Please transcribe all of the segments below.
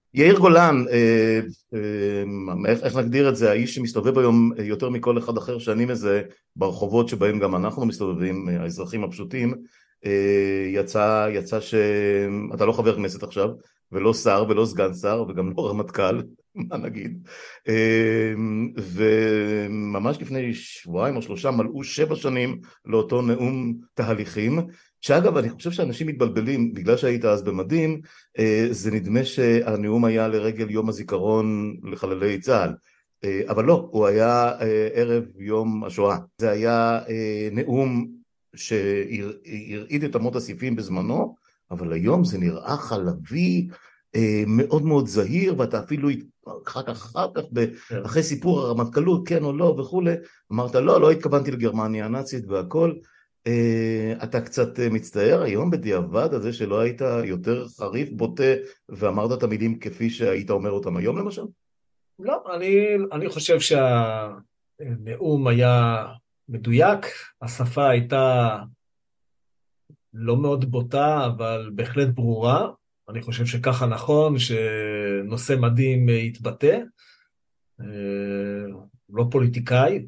יאיר גולן, איך נגדיר את זה, האיש שמסתובב היום יותר מכל אחד אחר שאני מזהה ברחובות שבהם גם אנחנו מסתובבים, האזרחים הפשוטים, יצא שאתה לא חבר כנסת עכשיו, ולא שר ולא סגן שר וגם לא רמטכ"ל, מה נגיד, וממש לפני שבועיים או שלושה מלאו 7 שנים לאותו נאום תהליכים, שאגב אני חושב שאנשים מתבלבלים בגלל שהיית אז במדים, זה נדמה שהנאום היה לרגל יום הזיכרון לחללי צה"ל, אבל לא, הוא היה ערב יום השואה. זה היה נאום שהרעיד את אמות הסיפים בזמנו, אבל היום זה נראה חלבי, מאוד מאוד זהיר, ואתה אפילו אחר כך אחרי סיפור הרמטכ"לות כן או לא וכולי, אמרת לא התכוונתי לגרמניה הנאצית והכל. אתה קצת מצטער היום בדיעבד על זה שלא היית יותר חריף, בוטה, ואמרת את המילים כפי שהיית אומר אותם היום למשל? לא, אני חושב שהנאום היה מדויק, השפה הייתה לא מאוד בוטה, אבל בהחלט ברורה. אני חושב שככה נכון, שנושא מדים יתבטא, אה, לא פוליטיקאי,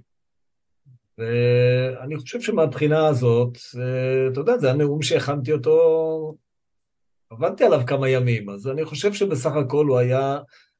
ואני חושב שמהבחינה הזאת, אתה יודע, זה הנאום שהכנתי אותו, עבדתי עליו כמה ימים, אז אני חושב שבסך הכל הוא היה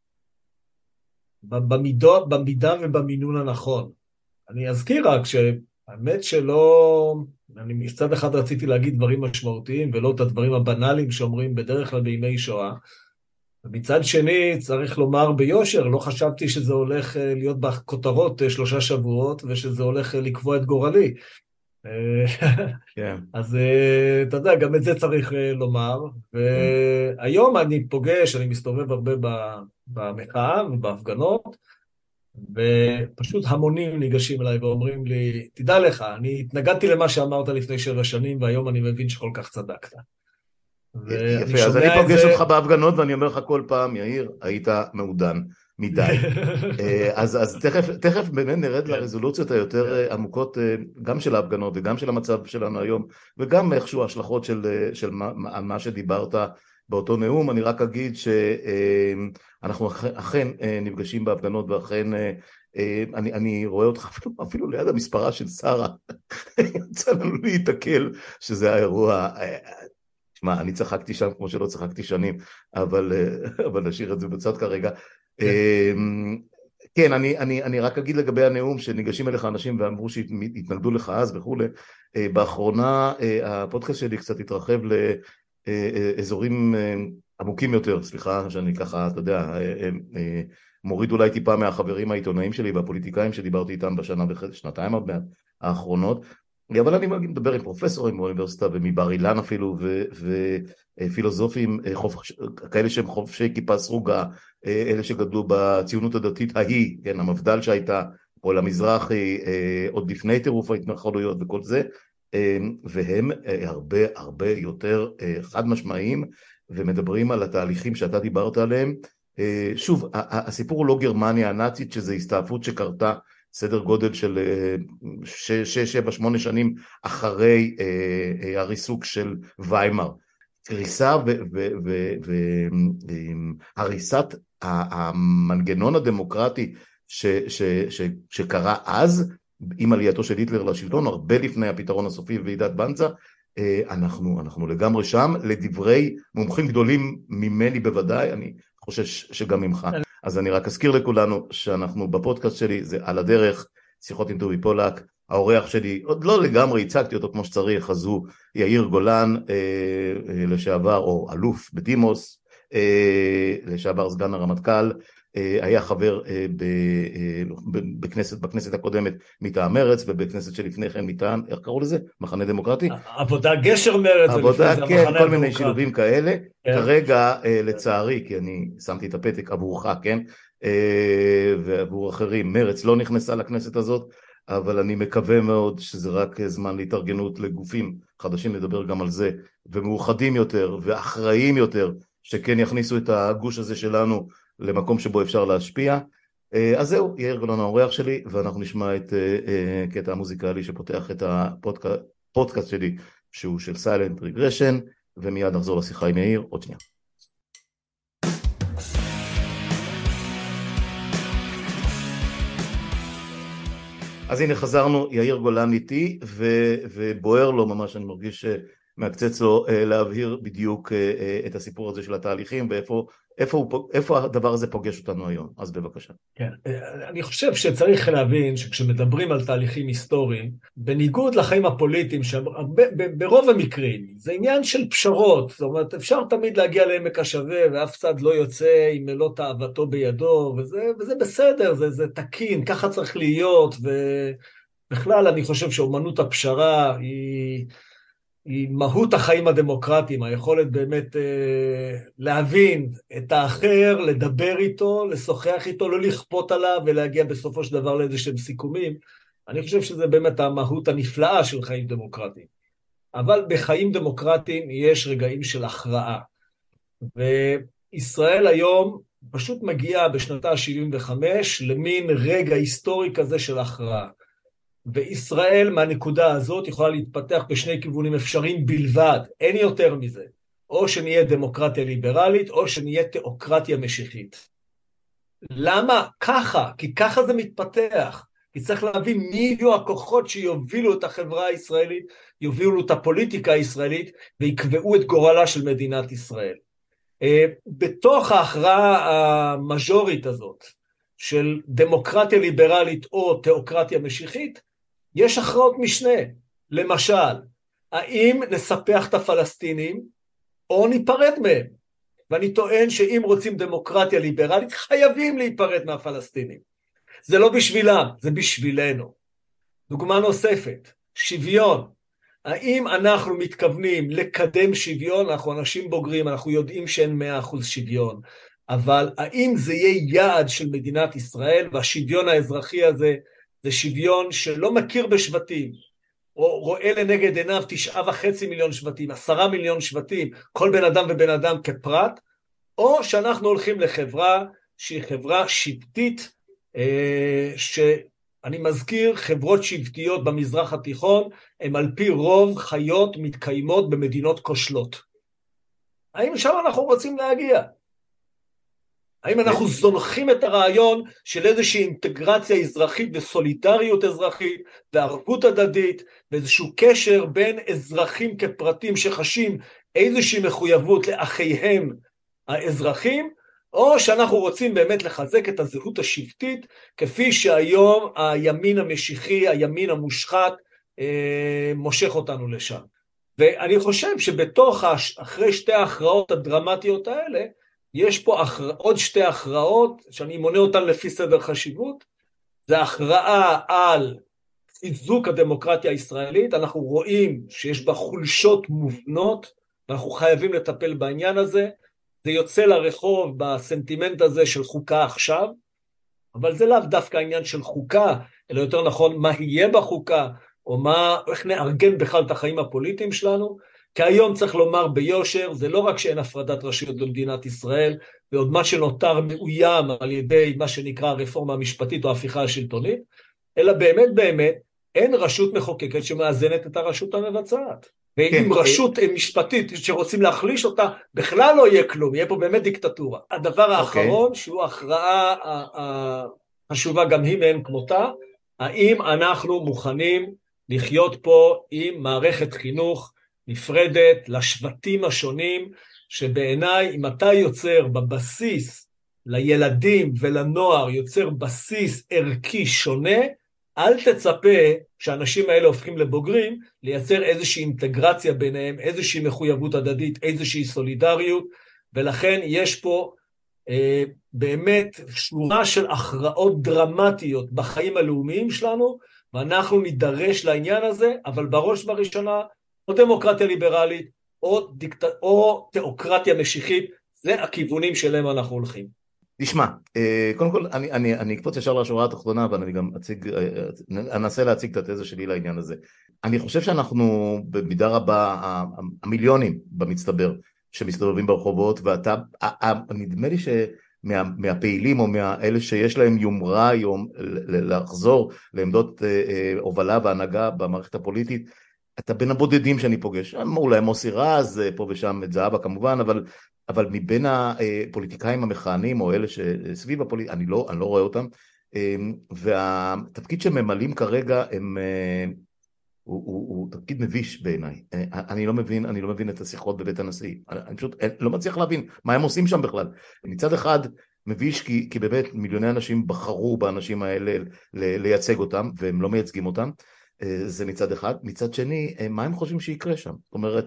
במידה ובמינון הנכון. אני אזכיר רק שהאמת שלא, אני מצד אחד רציתי להגיד דברים משמעותיים, ולא את הדברים הבנאליים שאומרים בדרך כלל בימי שואה, ומצד שני צריך לומר ביושר, לא חשבתי שזה הולך להיות בכותרות 3 שבועות, ושזה הולך לקבוע את גורלי. כן, אז אתה יודע, גם את זה צריך לומר, כן. והיום אני פוגש, אני מסתובב הרבה במחאה ובהפגנות, ופשוט המונים ניגשים אליי ואומרים לי, תדע לך, אני התנגדתי למה שאמרת לפני 7 שנים, והיום אני מבין שכל כך צדקת. ואני יפה, אז אני שומע את פוגש זה. אותך בהפגנות ואני אומר לך כל פעם, יאיר, היית מעודן מדי. אז תכף באמת נרד כן, לרזולוציות היותר כן. עמוקות, גם של ההפגנות וגם של המצב שלנו היום, וגם איכשהו ההשלכות של מה שדיברת באותו נאום. אני רק אגיד שאנחנו אכן נפגשים בהפגנות, ואכן אני רואה אותך אפילו ליד המספרה של שרה, יצא לנו להיתקל, שזה האירוע. שמע, אני צחקתי שם כמו שלא צחקתי שנים, אבל נשאיר את זה בצד כרגע. כן. כן, אני רק אגיד לגבי הנאום, שניגשים אליך אנשים ואמרו שהתנגדו לך אז וכולי. באחרונה הפודקאסט שלי קצת התרחב לאזורים עמוקים יותר, סליחה שאני ככה, אתה יודע, מוריד אולי טיפה מהחברים העיתונאים שלי והפוליטיקאים שדיברתי איתם בשנה ושנתיים האחרונות, אבל אני מדבר עם פרופסורים באוניברסיטה ומבר אילן אפילו, ופילוסופים, כאלה שהם חובשי כיפה סרוגה, אלה שגדלו בציונות הדתית ההיא, כן, המפד"ל שהייתה, או למזרחי, עוד לפני טירוף ההתנחלויות וכל זה, והם הרבה הרבה יותר חד משמעיים, ומדברים על התהליכים שאתה דיברת עליהם. שוב, הסיפור הוא לא גרמניה הנאצית, שזה הסתעפות שקרתה סדר גודל של 6-7-8 שנים אחרי הריסוק של ויימאר. קריסה והריסת המנגנון הדמוקרטי שקרה אז, עם עלייתו של היטלר לשלטון, הרבה לפני הפתרון הסופי בוועידת בנצה. אנחנו לגמרי שם, לדברי מומחים גדולים ממני בוודאי, אני חושש שגם ממך. אז אני רק אזכיר לכולנו שאנחנו בפודקאסט שלי, זה על הדרך, שיחות עם טובי פולק. האורח שלי, עוד לא לגמרי הצגתי אותו כמו שצריך, אז הוא יאיר גולן, לשעבר, או אלוף בדימוס, לשעבר סגן הרמטכ"ל, היה חבר בכנסת הקודמת מטעם מרץ, ובכנסת שלפני כן מטעם, איך קראו לזה? מחנה דמוקרטי? עבודה גשר מרד, ולפני עבודה, זה כן, המחנה כל מיני הדמוקרטי. שילובים כאלה. כן. כרגע, לצערי, כי אני שמתי את הפתק עבורך, כן? ועבור אחרים, מרץ לא נכנסה לכנסת הזאת, אבל אני מקווה מאוד שזה רק זמן להתארגנות לגופים חדשים, לדבר גם על זה, ומאוחדים יותר ואחראיים יותר, שכן יכניסו את הגוש הזה שלנו למקום שבו אפשר להשפיע. אז זהו, יאיר גולן האורח שלי, ואנחנו נשמע את קטע המוזיקלי שפותח את הפודקאסט שלי, שהוא של Silent Regression, ומיד נחזור לשיחה עם יאיר עוד שנייה. אז הנה חזרנו, יאיר גולן איתי, ובוער לו ממש, אני מרגיש שמקצץ לו להבהיר בדיוק את הסיפור הזה של התהליכים, איפה הדבר הזה פוגש אותנו היום. אז בבקשה. כן, אני חושב שצריך להבין שכשמדברים על תהליכים היסטוריים, בניגוד לחיים הפוליטיים, ברוב המקרים, זה עניין של פשרות, זאת אומרת, אפשר תמיד להגיע לעמק השווה, ואף צד לא יוצא עם מלוא תאוותו בידו, וזה בסדר, זה תקין, ככה צריך להיות, ובכלל אני חושב שאומנות הפשרה היא מהות החיים הדמוקרטיים, היכולת באמת להבין את האחר, לדבר איתו, לשוחח איתו, לא לכפות עליו ולהגיע בסופו של דבר לאיזשהם סיכומים. אני חושב שזה באמת המהות הנפלאה של חיים דמוקרטיים. אבל בחיים דמוקרטיים יש רגעים של הכרעה. וישראל היום פשוט מגיעה בשנתה ה-75 למין רגע היסטורי כזה של הכרעה. וישראל מהנקודה הזאת יכולה להתפתח בשני כיוונים אפשריים בלבד, אין יותר מזה. או שנהיה דמוקרטיה ליברלית, או שנהיה תיאוקרטיה משיחית. למה? ככה, כי ככה זה מתפתח. כי צריך להבין מי יהיו הכוחות שיובילו את החברה הישראלית, יובילו את הפוליטיקה הישראלית, ויקבעו את גורלה של מדינת ישראל. בתוך ההכרעה המז'ורית הזאת, של דמוקרטיה ליברלית או תיאוקרטיה משיחית, יש הכרעות משנה. למשל, האם נספח את הפלסטינים או ניפרד מהם? ואני טוען שאם רוצים דמוקרטיה ליברלית, חייבים להיפרד מהפלסטינים. זה לא בשבילם, זה בשבילנו. דוגמה נוספת, שוויון. האם אנחנו מתכוונים לקדם שוויון? אנחנו אנשים בוגרים, אנחנו יודעים שאין 100% שוויון. אבל האם זה יהיה יעד של מדינת ישראל, והשוויון האזרחי הזה, זה שוויון שלא מכיר בשבטים, או רואה לנגד עיניו 9.5 מיליון שבטים, 10 מיליון שבטים, כל בן אדם ובן אדם כפרט, או שאנחנו הולכים לחברה שהיא חברה שבטית, שאני מזכיר, חברות שבטיות במזרח התיכון, הן על פי רוב חיות מתקיימות במדינות כושלות. האם שם אנחנו רוצים להגיע? האם אנחנו זונחים את הרעיון של איזושהי אינטגרציה אזרחית וסולידריות אזרחית וערבות הדדית ואיזשהו קשר בין אזרחים כפרטים שחשים איזושהי מחויבות לאחיהם האזרחים, או שאנחנו רוצים באמת לחזק את הזהות השבטית כפי שהיום הימין המשיחי, הימין המושחת מושך אותנו לשם. ואני חושב שבתוך אחרי שתי ההכרעות הדרמטיות האלה, יש פה עוד שתי הכרעות, שאני מונה אותן לפי סדר חשיבות, זה הכרעה על חיזוק הדמוקרטיה הישראלית, אנחנו רואים שיש בה חולשות מובנות, ואנחנו חייבים לטפל בעניין הזה, זה יוצא לרחוב בסנטימנט הזה של חוקה עכשיו, אבל זה לאו דווקא העניין של חוקה, אלא יותר נכון מה יהיה בחוקה, או איך נארגן בכלל את החיים הפוליטיים שלנו, כי היום צריך לומר ביושר, זה לא רק שאין הפרדת רשויות במדינת ישראל, ועוד מה שנותר מאוים על ידי מה שנקרא הרפורמה המשפטית או ההפיכה השלטונית, אלא באמת באמת אין רשות מחוקקת שמאזנת את הרשות המבצעת. ואם רשות משפטית שרוצים להחליש אותה, בכלל לא יהיה כלום, יהיה פה באמת דיקטטורה. הדבר האחרון, שהוא הכרעה חשובה גם היא מאין כמותה, האם אנחנו מוכנים לחיות פה עם מערכת חינוך נפרדת לשבטים השונים, שבעיניי אם אתה יוצר בבסיס לילדים ולנוער, יוצר בסיס ערכי שונה, אל תצפה שהאנשים האלה הופכים לבוגרים, לייצר איזושהי אינטגרציה ביניהם, איזושהי מחויבות הדדית, איזושהי סולידריות, ולכן יש פה באמת שורה של הכרעות דרמטיות בחיים הלאומיים שלנו, ואנחנו נידרש לעניין הזה, אבל בראש ובראשונה, או דמוקרטיה ליברלית, או תיאוקרטיה משיחית, זה הכיוונים שלהם אנחנו הולכים. תשמע, קודם כל אני אקפוץ ישר לשורה התחתונה, אבל אני גם אנסה להציג את התזה שלי לעניין הזה. אני חושב שאנחנו במידה רבה, המיליונים במצטבר שמסתובבים ברחובות, ואתה, נדמה לי מהפעילים או מאלה שיש להם יומרה היום לחזור לעמדות הובלה והנהגה במערכת הפוליטית, אתה בין הבודדים שאני פוגש, אולי מוסי רז, פה ושם את זהבה כמובן, אבל מבין הפוליטיקאים המכהנים או אלה שסביב הפוליטיקה, אני לא רואה אותם, והתפקיד שממלאים כרגע הוא תפקיד מביש בעיניי. אני לא מבין את השיחות בבית הנשיא. אני פשוט לא מצליח להבין מה הם עושים שם בכלל. מצד אחד מביש כי באמת מיליוני אנשים בחרו באנשים האלה לייצג אותם, והם לא מייצגים אותם. זה מצד אחד. מצד שני, מה הם חושבים שיקרה שם? זאת אומרת,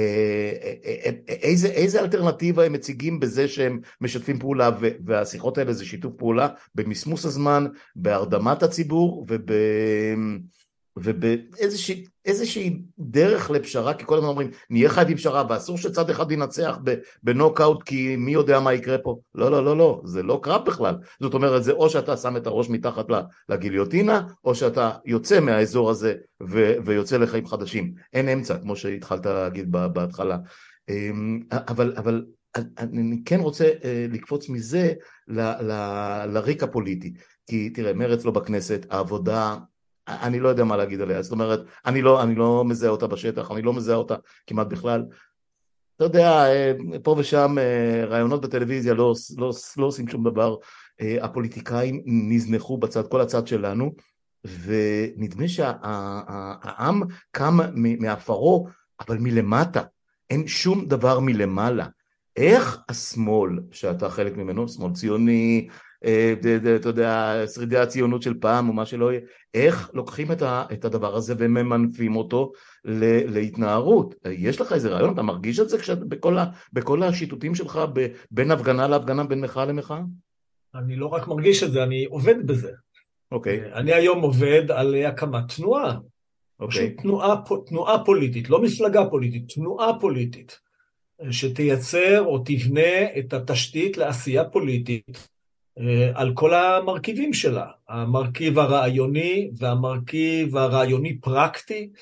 איזה אלטרנטיבה הם מציגים בזה שהם משתפים פעולה, והשיחות האלה זה שיתוף פעולה במסמוס הזמן, בהרדמת הציבור, ובאיזושהי דרך לפשרה, כי כל הזמן אומרים, נהיה חייבים פשרה, ואסור שצד אחד ינצח בנוקאוט, כי מי יודע מה יקרה פה. לא, לא, לא, לא, זה לא קרב בכלל. זאת אומרת, זה או שאתה שם את הראש מתחת לגיליוטינה, או שאתה יוצא מהאזור הזה, ויוצא לחיים חדשים. אין אמצע, כמו שהתחלת להגיד בהתחלה. אבל אני כן רוצה לקפוץ מזה לריק הפוליטי. כי תראה, מרץ לא בכנסת, העבודה, אני לא יודע מה להגיד עליה, זאת אומרת, אני לא מזהה אותה בשטח, אני לא מזהה אותה כמעט בכלל. אתה יודע, פה ושם רעיונות בטלוויזיה לא עושים שום דבר, הפוליטיקאים נזנחו בצד, כל הצד שלנו, ונדמה שהעם קם מאפרו, אבל מלמטה, אין שום דבר מלמעלה. איך השמאל, שאתה חלק ממנו, שמאל ציוני, אתה יודע, שרידי הציונות של פעם או מה שלא יהיה, איך לוקחים את הדבר הזה וממנפים אותו להתנערות? יש לך איזה רעיון? אתה מרגיש את זה בכל השיטוטים שלך בין הפגנה להפגנה, בין מחאה למחאה? אני לא רק מרגיש את זה, אני עובד בזה. אוקיי. אני היום עובד על הקמת תנועה. אוקיי. תנועה פוליטית, לא מפלגה פוליטית, תנועה פוליטית, שתייצר או תבנה את התשתית לעשייה פוליטית, על כל המרכיבים שלה, המרכיב הרעיוני והמרכיב הרעיוני פרקטי,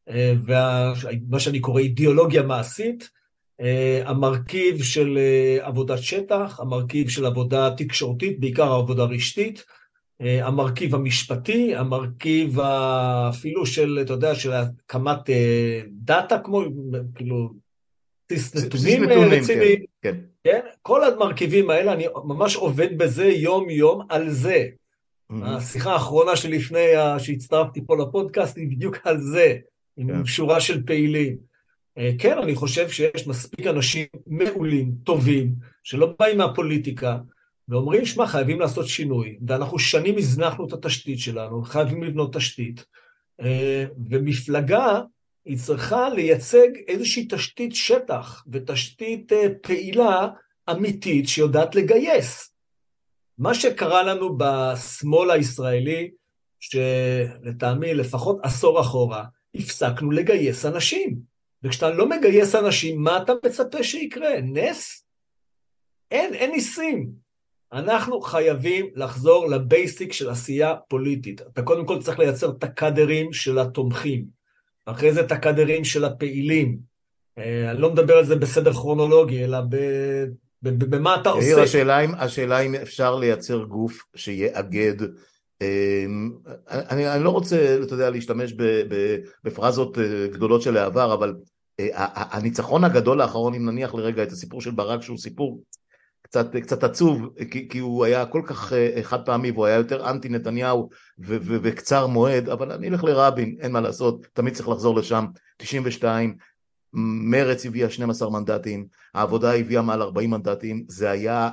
ומה שאני קורא אידיאולוגיה מעשית, המרכיב של עבודת שטח, המרכיב של עבודה תקשורתית, בעיקר עבודה רשתית, המרכיב המשפטי, המרכיב אפילו של, אתה יודע, של הקמת דאטה, כמו, כאילו, נתונים רציניים. כן. כן? כל המרכיבים האלה, אני ממש עובד בזה יום-יום על זה. השיחה האחרונה שלפני שהצטרפתי פה לפודקאסט היא בדיוק על זה, עם שורה של פעילים. כן, אני חושב שיש מספיק אנשים מעולים, טובים, שלא באים מהפוליטיקה, ואומרים, שמע, חייבים לעשות שינוי, ואנחנו שנים הזנחנו את התשתית שלנו, חייבים לבנות תשתית, ומפלגה היא צריכה לייצג איזושהי תשתית שטח, ותשתית פעילה אמיתית שיודעת לגייס. מה שקרה לנו בשמאל הישראלי, שלטעמי לפחות עשור אחורה, הפסקנו לגייס אנשים. וכשאתה לא מגייס אנשים, מה אתה מצפה שיקרה? נס? אין ניסים. אנחנו חייבים לחזור לבייסיק של עשייה פוליטית. אתה קודם כל צריך לייצר את הקדרים של התומכים, אחרי זה את הקדרים של הפעילים. אני לא מדבר על זה בסדר כרונולוגי, אלא במה אתה עושה. השאלה אם אפשר לייצר גוף שיאגד, אני לא רוצה, אתה יודע, להשתמש בפרזות גדולות של העבר, אבל הניצחון הגדול האחרון, אם נניח לרגע את הסיפור של ברק, שהוא סיפור קצת עצוב, כי הוא היה כל כך חד פעמי, והוא היה יותר אנטי נתניהו וקצר מועד, אבל אני אלך לרבין, אין מה לעשות, תמיד צריך לחזור לשם. 92, מרץ הביאה 12 מנדטים, העבודה הביאה מעל 40 מנדטים, זה היה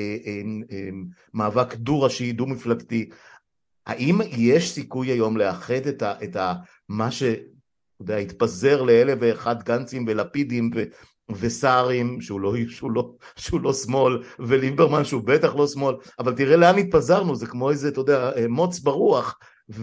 מאבק דו-ראשי, דו-מפלגתי. האם יש סיכוי היום לאחד את מה שהתפזר לאלה ואחד גנצים ולפידים וסערים, שהוא לא שמאל, וליברמן שהוא בטח לא שמאל, אבל תראה לאן התפזרנו, זה כמו איזה, אתה יודע, מוץ ברוח,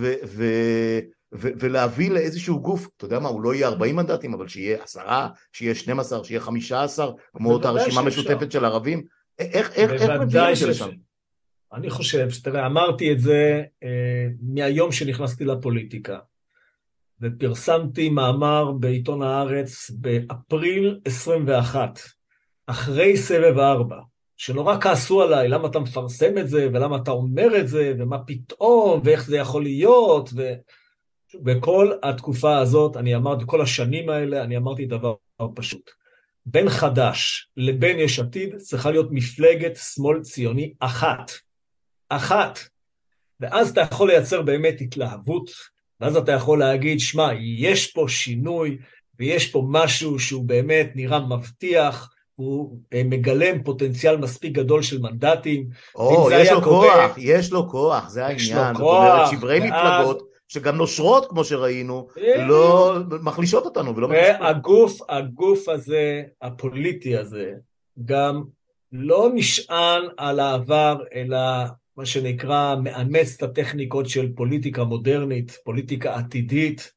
ולהביא לאיזשהו גוף, אתה יודע מה, הוא לא יהיה 40 מנדטים, אבל שיהיה 10, שיהיה 12, שיהיה 15, כמו אותה רשימה משותפת של ערבים. איך מביאים את זה לשם? אני חושב, שתראה, אמרתי את זה מהיום שנכנסתי לפוליטיקה, ופרסמתי מאמר בעיתון הארץ באפריל 21, אחרי סבב 4, שנורא כעסו עליי, למה אתה מפרסם את זה, ולמה אתה אומר את זה, ומה פתאום, ואיך זה יכול להיות, וכל התקופה הזאת, אני אמרתי, כל השנים האלה, אני אמרתי דבר פשוט. בין חד"ש לבין יש עתיד, צריכה להיות מפלגת שמאל ציוני אחת. ואז אתה יכול לייצר באמת התלהבות, ואז אתה יכול להגיד, שמע, יש פה שינוי, ויש פה משהו שהוא באמת נראה מבטיח, הוא מגלם פוטנציאל מספיק גדול של מנדטים, ואם או, זה היה קורה, יש לו כוח, זה יש לו העניין. זאת אומרת, כוח, שברי ואז מפלגות, שגם נושרות, כמו שראינו, בדיוק. לא מחלישות אותנו ולא מחזקות. והגוף הזה, הפוליטי הזה, גם לא נשען על העבר, אלא מה שנקרא מאמץ את הטכניקות של פוליטיקה מודרנית, פוליטיקה עתידית,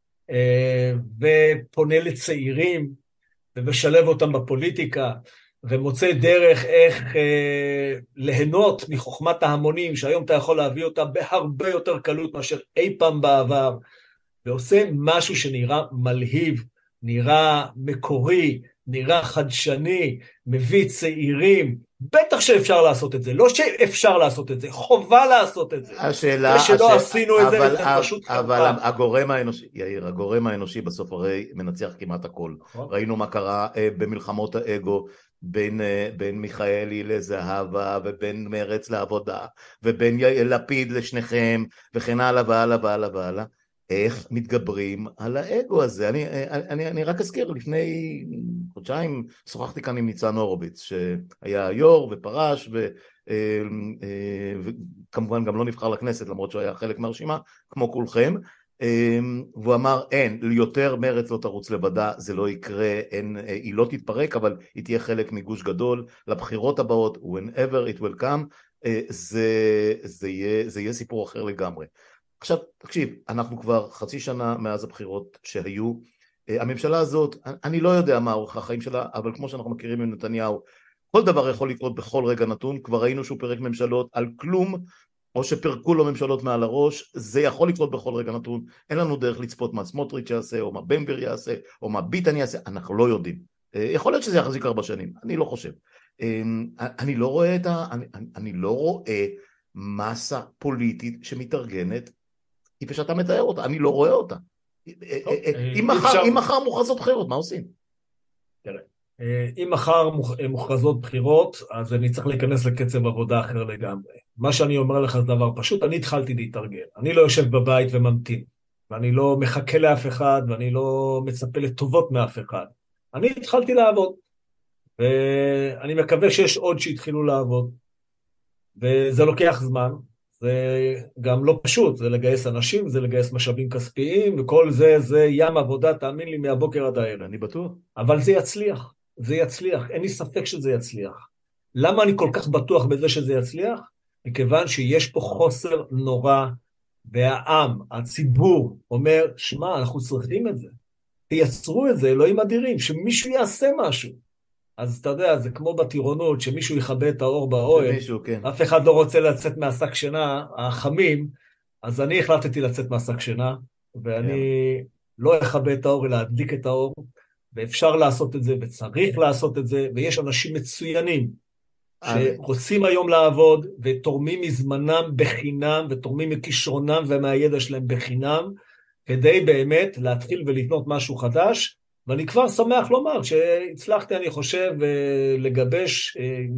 ופונה לצעירים, ומשלב אותם בפוליטיקה, ומוצא דרך איך ליהנות מחוכמת ההמונים, שהיום אתה יכול להביא אותה בהרבה יותר קלות מאשר אי פעם בעבר, ועושה משהו שנראה מלהיב, נראה מקורי, נראה חדשני, מביא צעירים, בטח שאפשר לעשות את זה, לא שאפשר לעשות את זה, חובה לעשות את זה. זה שלא עשינו את זה, זה פשוט אבל חרפה. הגורם האנושי, יאיר, הגורם האנושי בסוף הרי מנצח כמעט הכל. ראינו מה קרה במלחמות האגו, בין מיכאלי לזהבה, ובין מרץ לעבודה, ובין לפיד לשניכם, וכן הלאה והלאה והלאה והלאה. איך מתגברים על האגו הזה? אני רק אזכיר, לפני חודשיים שוחחתי כאן עם ניצן הורוביץ, שהיה יו"ר ופרש, וכמובן גם לא נבחר לכנסת, למרות שהוא היה חלק מהרשימה, כמו כולכם, והוא אמר, אין, יותר מרץ לא תרוץ לבדה, זה לא יקרה, היא לא תתפרק, אבל היא תהיה חלק מגוש גדול, לבחירות הבאות, whenever it will come, זה יהיה סיפור אחר לגמרי. עכשיו, תקשיב, אנחנו כבר חצי שנה מאז הבחירות שהיו, הממשלה הזאת, אני לא יודע מה אורך החיים שלה, אבל כמו שאנחנו מכירים עם נתניהו, כל דבר יכול לקרות בכל רגע נתון, כבר ראינו שהוא פרק ממשלות על כלום, או שפרקו לו ממשלות מעל הראש, זה יכול לקרות בכל רגע נתון, אין לנו דרך לצפות מה סמוטריץ' יעשה, או מה בן גביר יעשה, או מה ביטן יעשה, אנחנו לא יודעים. יכול להיות שזה יחזיק 4 שנים, אני לא חושב. אני לא רואה מסה פוליטית שמתארגנת, כפי שאתה מתאר אותה, אני לא רואה אותה. אם מחר מוכרזות בחירות, מה עושים? אם מחר מוכרזות בחירות, אז אני צריך להיכנס לקצב עבודה אחר לגמרי. מה שאני אומר לך זה דבר פשוט, אני התחלתי להתארגן. אני לא יושב בבית וממתין, ואני לא מחכה לאף אחד, ואני לא מצפה לטובות מאף אחד. אני התחלתי לעבוד, ואני מקווה שיש עוד שהתחילו לעבוד, וזה לוקח זמן. זה גם לא פשוט, זה לגייס אנשים, זה לגייס משאבים כספיים, וכל זה, זה ים עבודה, תאמין לי, מהבוקר עד הערב. אני בטוח. אבל זה יצליח, זה יצליח, אין לי ספק שזה יצליח. למה אני כל כך בטוח בזה שזה יצליח? מכיוון שיש פה חוסר נורא, והעם, הציבור, אומר, שמע, אנחנו צריכים את זה. תייצרו את זה, אלוהים אדירים, שמישהו יעשה משהו. אז אתה יודע, זה כמו בטירונות, שמישהו יכבה את האור באוהל, כן. אף אחד לא רוצה לצאת מהשק שינה, החמים, אז אני החלטתי לצאת מהשק שינה, ואני לא אכבה את האור, אלא להדליק את האור, ואפשר לעשות את זה, וצריך לעשות את זה, ויש אנשים מצוינים, שרוצים היום לעבוד, ותורמים מזמנם בחינם, ותורמים מכישרונם ומהידע שלהם בחינם, כדי באמת להתחיל ולבנות משהו חדש, ואני כבר שמח לומר שהצלחתי, אני חושב, לגבש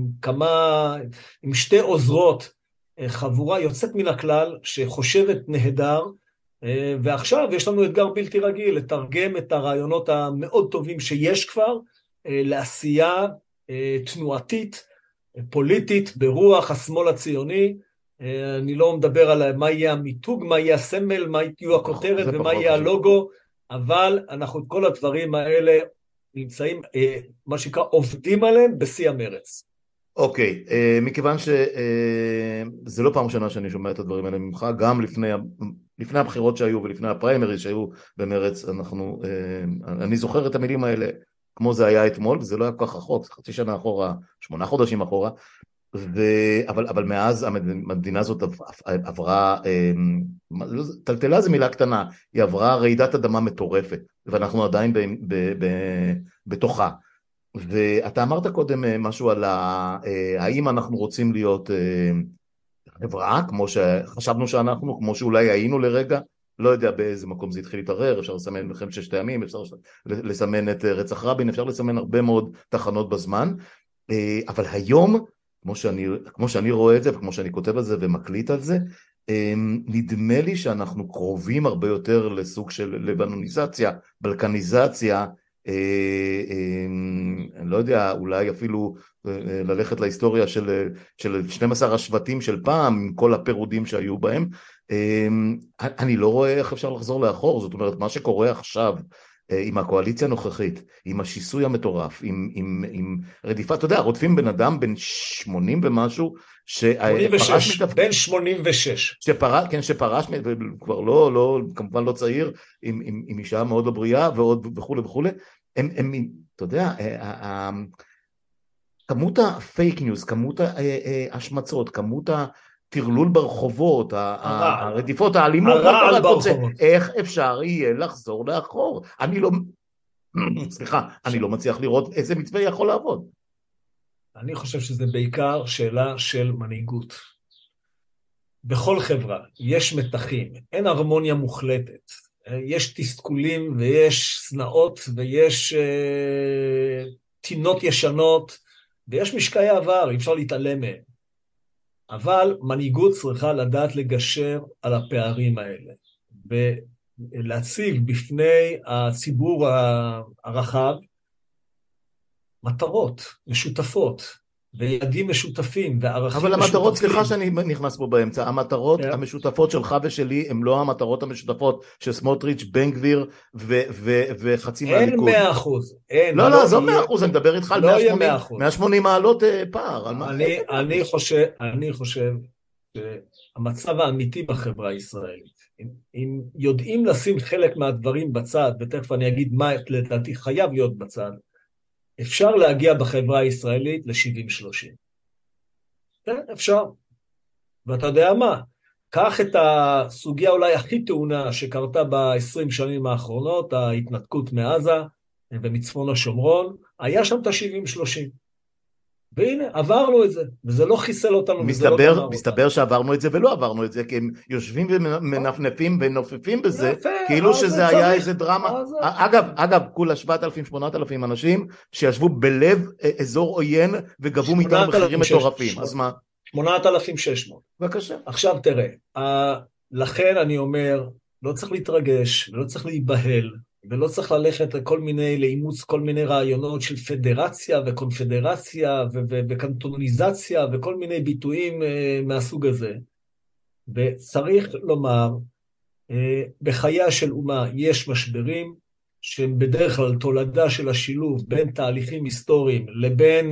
עם 2 עוזרות, חבורה יוצאת מן הכלל, שחושבת נהדר, ועכשיו יש לנו אתגר בלתי רגיל, לתרגם את הרעיונות המאוד טובים שיש כבר, לעשייה תנועתית, פוליטית, ברוח השמאל הציוני. אני לא מדבר על מה יהיה המיתוג, מה יהיה הסמל, מה יהיו הכותרת ומה יהיה הלוגו, אבל אנחנו את כל הדברים האלה נמצאים, מה שנקרא, עובדים עליהם בשיא המרץ. אוקיי, מכיוון שזה לא פעם ראשונה שאני שומע את הדברים האלה ממך, גם לפני הבחירות שהיו ולפני הפריימריז שהיו במרץ, אני זוכר את המילים האלה כמו זה היה אתמול, וזה לא היה כל כך רחוק, חצי שנה אחורה, 8 חודשים אחורה, אבל מאז המדינה הזאת עברה, טלטלה זה מילה קטנה, היא עברה רעידת אדמה מטורפת, ואנחנו עדיין בתוכה. ואתה אמרת קודם משהו על האם אנחנו רוצים להיות חברה, כמו שחשבנו שאנחנו, כמו שאולי היינו לרגע, לא יודע באיזה מקום זה התחיל להתערער, אפשר לסמן מלחמת 6 הימים, אפשר לסמן את רצח רבין, אפשר לסמן הרבה מאוד תחנות בזמן, אבל היום, כמו שאני רואה את זה, וכמו שאני כותב על זה ומקליט על זה, נדמה לי שאנחנו קרובים הרבה יותר לסוג של לבנוניזציה, בלקניזציה, אני לא יודע, אולי אפילו ללכת להיסטוריה של 12 השבטים של פעם, עם כל הפירודים שהיו בהם. אני לא רואה איך אפשר לחזור לאחור, זאת אומרת, מה שקורה עכשיו, עם הקואליציה הנוכחית, עם השיסוי המטורף, עם רדיפה, אתה יודע, רודפים בן אדם בין 80 ומשהו, 86, בין 86. כן, שפרש, כבר לא, כמובן לא צעיר, עם אישה מאוד לא בריאה, ועוד וכו' וכו'. אתה יודע, כמות הפייק ניוז, כמות ההשמצות, כמות הטרלול ברחובות, הרדיפות, האלימות, איך אפשר יהיה לחזור לאחור? אני לא מצליח לראות איזה מתווה יכול לעבוד. אני חושב שזה בעיקר שאלה של מנהיגות. בכל חברה יש מתחים, אין הרמוניה מוחלטת. יש תסכולים ויש סנאות ויש תינות ישנות ויש משקעי עבר, אי אפשר להתעלם מהם. אבל מנהיגות צריכה לדעת לגשר על הפערים האלה ולהציב בפני הציבור הרחב מטרות משותפות, ויעדים משותפים, וערכים משותפים. אבל המטרות, סליחה שאני נכנס פה באמצע, המטרות המשותפות שלך ושלי, הן לא המטרות המשותפות של סמוטריץ', בן גביר וחצי מהליכוד. אין 100%. לא, זו 100%, אני מדבר איתך על 180 מעלות פער. אני חושב שהמצב האמיתי בחברה הישראלית, אם יודעים לשים חלק מהדברים בצד, ותכף אני אגיד מה לדעתי חייב להיות בצד, אפשר להגיע בחברה הישראלית ל-70-30. כן, אפשר. ואתה יודע מה? קח את הסוגיה אולי הכי טעונה שקרתה ב-20 שנים האחרונות, ההתנתקות מעזה ומצפון השומרון, היה שם את ה-70-30. והנה, עברנו את זה, וזה לא חיסל אותנו. מסתבר שעברנו את זה ולא עברנו את זה, כי הם יושבים ומנפנפים ונופפים בזה, כאילו שזה היה איזה דרמה. אגב, כולה 7,000-8,000 אנשים שישבו בלב אזור עוין וגבו מאיתנו מחירים מטורפים. אז מה? 8,600. בבקשה. עכשיו תראה, לכן אני אומר, לא צריך להתרגש ולא צריך להיבהל, ולא צריך ללכת לאימוץ כל מיני רעיונות של פדרציה וקונפדרציה וקנטוניזציה וכל מיני ביטויים מהסוג הזה. וצריך לומר, בחייה של אומה יש משברים שהם בדרך כלל תולדה של השילוב בין תהליכים היסטוריים לבין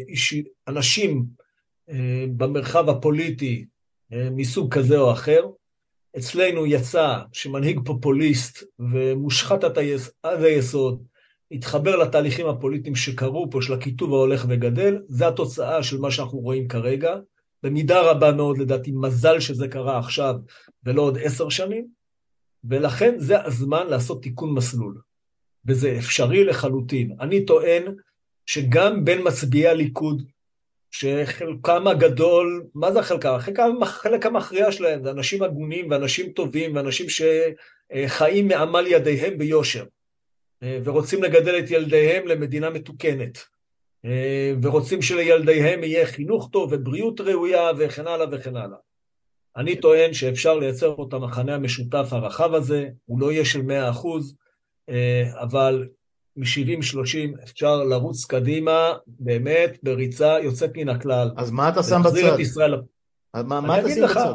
אנשים במרחב הפוליטי מסוג כזה או אחר. אצלנו יצא שמנהיג פופוליסט ומושחת עד היסוד, התחבר לתהליכים הפוליטיים שקרו פה, של הכיתוב ההולך וגדל, זה התוצאה של מה שאנחנו רואים כרגע, במידה רבה מאוד לדעתי מזל שזה קרה עכשיו ולא עוד 10 שנים, ולכן זה הזמן לעשות תיקון מסלול, וזה אפשרי לחלוטין. אני טוען שגם בין מצביעי הליכוד, שחלקם הגדול, מה זה חלק המכריע שלהם, זה אנשים הגונים ואנשים טובים ואנשים שחיים מעמל ידיהם ביושר, ורוצים לגדל את ילדיהם למדינה מתוקנת, ורוצים שלילדיהם יהיה חינוך טוב ובריאות ראויה וכן הלאה וכן הלאה. אני טוען שאפשר לייצר את המחנה המשותף הרחב הזה, הוא לא יהיה של 100%, אבל מ-70-30 אפשר לרוץ קדימה, באמת, בריצה יוצאת מן הכלל. אז מה אתה שם בצד? מה אתה שים בצד?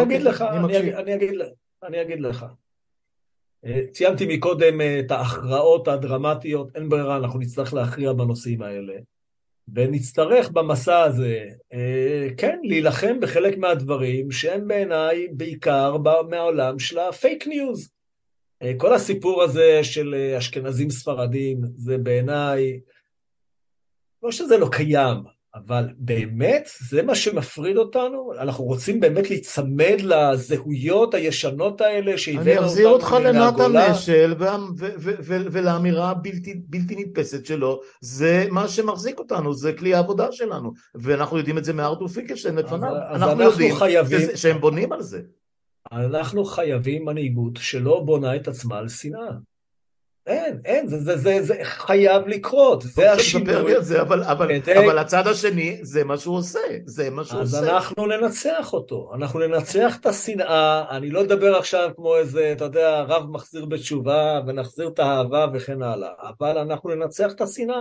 אני אגיד לך. ציינתי מקודם את ההכרעות הדרמטיות, אין ברירה, אנחנו נצטרך להכריע בנושאים האלה. ונצטרך במסע הזה, כן, להילחם בחלק מהדברים, שהם בעיניי בעיקר מהעולם של הפייק ניוז. כל הסיפור הזה של אשכנזים ספרדים, זה בעיניי, לא שזה לא קיים, אבל באמת זה מה שמפריד אותנו. אנחנו רוצים באמת להצמד לזהויות הישנות האלה שהבאנו אותנו. אני אחזיר אותך לנתן אשל ולאמירה בלתי נתפסת שלו, זה מה שמחזיק אותנו, זה כלי העבודה שלנו, ואנחנו יודעים את זה מארתור פינקלשטיין לפניו, אנחנו יודעים שהם בונים על זה. אנחנו חייבים מנהיגות שלא בונה את עצמה על שנאה. אין, זה חייב לקרות, טוב זה שתספר לי השינוי. על זה, אבל הצד השני, זה מה שהוא עושה, זה מה שהוא אז עושה. אנחנו ננצח אותו, אנחנו ננצח את השנאה, אני לא אדבר עכשיו כמו איזה, אתה יודע, רב מחזיר בתשובה, ונחזיר את האהבה וכן הלאה, אבל אנחנו ננצח את השנאה,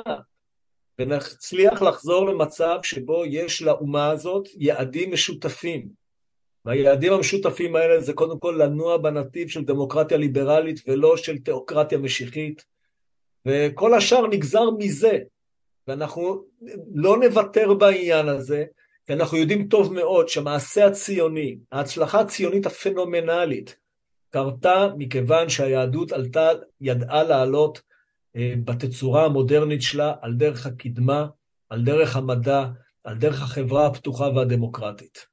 ונצליח לחזור למצב שבו יש לאומה הזאת יעדים משותפים, והיעדים המשותפים האלה זה קודם כל לנוע בנתיב של דמוקרטיה ליברלית, ולא של תיאוקרטיה משיחית, וכל השאר נגזר מזה, ואנחנו לא נוותר בעניין הזה, כי אנחנו יודעים טוב מאוד שהמעשה הציוני, ההצלחה הציונית הפנומנלית, קרתה מכיוון שהיהדות ידעה לעלות בתצורה המודרנית שלה על דרך הקדמה, על דרך המדע, על דרך החברה הפתוחה והדמוקרטית.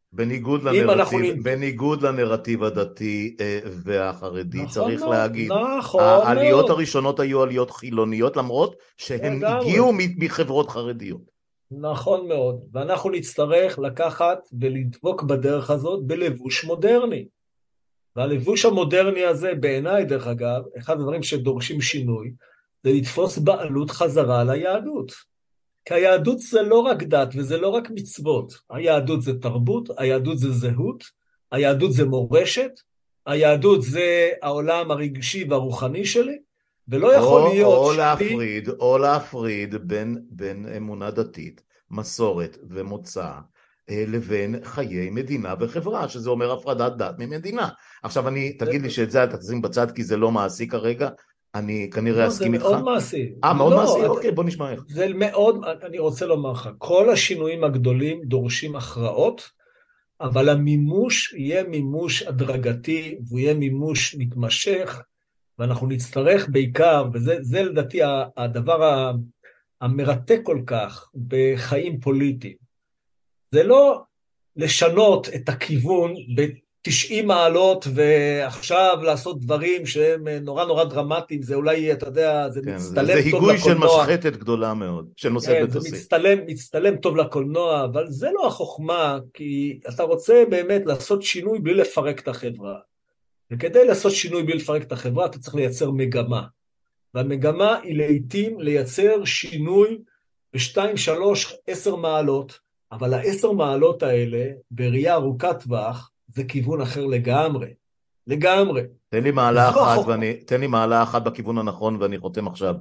בניגוד לנרטיב הדתי והחרדי, נכון צריך מאוד, להגיד, נכון העליות מאוד. הראשונות היו עליות חילוניות, למרות שהן לגמרי. הגיעו מחברות חרדיות. נכון מאוד, ואנחנו נצטרך לקחת ולדבוק בדרך הזאת בלבוש מודרני. והלבוש המודרני הזה, בעיניי דרך אגב, אחד הדברים שדורשים שינוי, זה לתפוס בעלות חזרה על היהדות. כי היהדות זה לא רק דת וזה לא רק מצוות. היהדות זה תרבות, היהדות זה זהות, היהדות זה מורשת, היהדות זה העולם הרגשי והרוחני שלי, ולא יכול להיות או להפריד בין אמונה דתית, מסורת ומוצא, לבין חיי מדינה וחברה, שזה אומר הפרדת דת ממדינה. עכשיו תגיד לי שאת זה אתה תשים בצד כי זה לא מעשי כרגע, אני כנראה אסכים איתך. זה מאוד מעשי. מאוד מעשי? אוקיי, בוא נשמע איך. זה מאוד, אני רוצה לומר לך, כל השינויים הגדולים דורשים הכרעות, אבל המימוש יהיה מימוש הדרגתי, והוא יהיה מימוש מתמשך, ואנחנו נצטרך בעיקר, וזה לדעתי הדבר המרתק כל כך בחיים פוליטיים, זה לא לשנות את הכיוון ב-90 מעלות, ועכשיו לעשות דברים שהם נורא נורא דרמטיים, זה אולי, אתה יודע, זה כן, מצטלם זה טוב היגוי לקולנוע. של משחטת גדולה מאוד, של נושא כן, מטוסים. זה מצטלם טוב לקולנוע, אבל זה לא החוכמה, כי אתה רוצה באמת לעשות שינוי בלי לפרק את החברה. וכדי לעשות שינוי בלי לפרק את החברה, אתה צריך לייצר מגמה. והמגמה היא לעתים לייצר שינוי ב2, 3, 10 מעלות, אבל ה10 מעלות האלה, בראייה ארוכת טווח, זה כיוון אחר לגמרי. לגמרי. תן לי מעלה אחת בכיוון הנכון, ואני חותם עכשיו.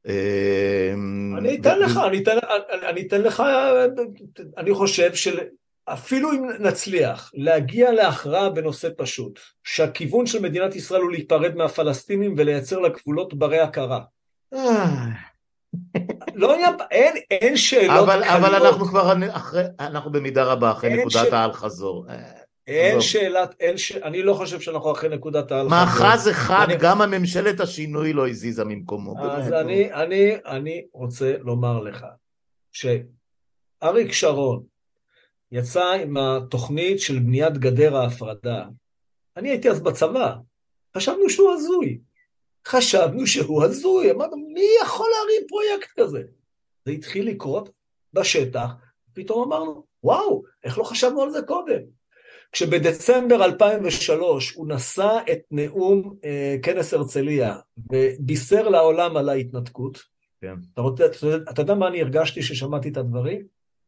אני אתן לך, אני חושב שאפילו אם נצליח להגיע להכרעה בנושא פשוט, שהכיוון של מדינת ישראל הוא להיפרד מהפלסטינים ולייצר לה גבולות ברי הכרה. לא, אין שאלות קלות. אבל אנחנו במידה רבה אחרי נקודת העל חזור. אני לא חושב שאנחנו אחרי נקודת העל חזור. מאחז אחד, גם הממשלת השינוי לא הזיזה ממקומו. אז אני רוצה לומר לך, שאריק שרון יצא עם התוכנית של בניית גדר ההפרדה. אני הייתי אז בצבא, חשבנו שהוא הזוי, אמרנו, מי יכול להרים פרויקט כזה? זה התחיל לקרות בשטח, פתאום אמרנו, וואו, איך לא חשבנו על זה קודם? כשבדצמבר 2003 הוא נשא את נאום כנס הרצליה, ובישר לעולם על ההתנתקות, כן. אתה יודע מה אני הרגשתי ששמעתי את הדברים?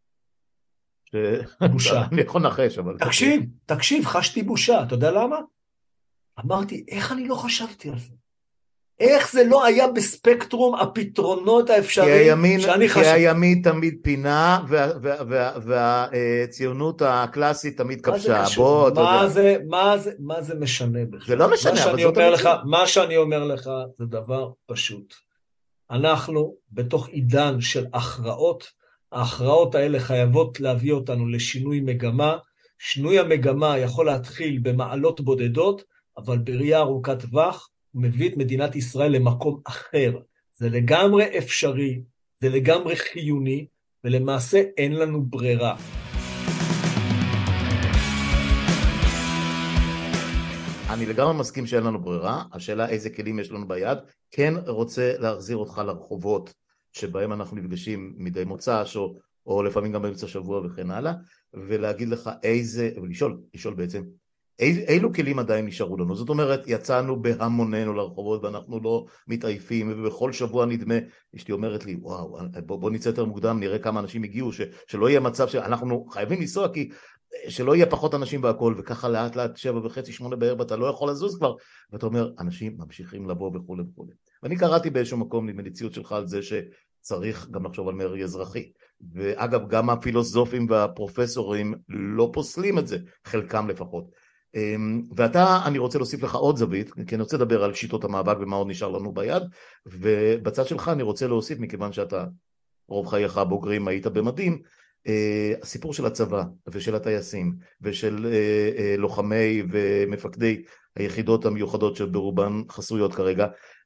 בושה. אני יכול לנחש, אבל... תקשיב, חשתי בושה, אתה יודע למה? אמרתי, איך אני לא חשבתי על זה? איך זה לא היה בספקטרום הפתרונות האפשריים שאני חשבתי? כי הימין תמיד פינה, והציונות הקלאסית תמיד כבשה. מה זה משנה בכלל? זה לא משנה, אבל זאת המציאות. מה שאני אומר לך זה דבר פשוט. אנחנו בתוך עידן של הכרעות, ההכרעות האלה חייבות להביא אותנו לשינוי מגמה. שינוי המגמה יכול להתחיל במעלות בודדות, אבל בראייה ארוכת טווח, הוא מביא את מדינת ישראל למקום אחר. זה לגמרי אפשרי, זה לגמרי חיוני, ולמעשה אין לנו ברירה. אני לגמרי מסכים שאין לנו ברירה, השאלה איזה כלים יש לנו ביד, כן רוצה להחזיר אותך לרחובות, שבהם אנחנו נפגשים מדי מוצ"ש, או לפעמים גם באמצע שבוע וכן הלאה, ולהגיד לך ולשאול בעצם, אילו כלים עדיין נשארו לנו? זאת אומרת, יצאנו בהמוננו לרחובות ואנחנו לא מתעייפים, ובכל שבוע נדמה, אשתי אומרת לי, וואו, בוא נצא יותר מוקדם, נראה כמה אנשים הגיעו, שלא יהיה מצב שאנחנו חייבים לנסוע, כי שלא יהיה פחות אנשים והכל, וככה לאט לאט 7:30, 8 בערב, אתה לא יכול לזוז כבר, ואתה אומר, אנשים ממשיכים לבוא וכו' וכו'. ואני קראתי באיזשהו מקום למדיציות שלך על זה שצריך גם לחשוב על מרי אזרחי, ואגב, גם הפילוסופים והפרופסורים לא פוסלים את זה, חלקם לפחות. ואתה, אני רוצה להוסיף לך עוד זווית, כי אני רוצה לדבר על שיטות המאבק ומה עוד נשאר לנו ביד, ובצד שלך אני רוצה להוסיף, מכיוון שאתה רוב חייך הבוגרים היית במדים, הסיפור של הצבא ושל הטייסים ושל לוחמי ומפקדי היחידות המיוחדות שברובן חסויות כרגע,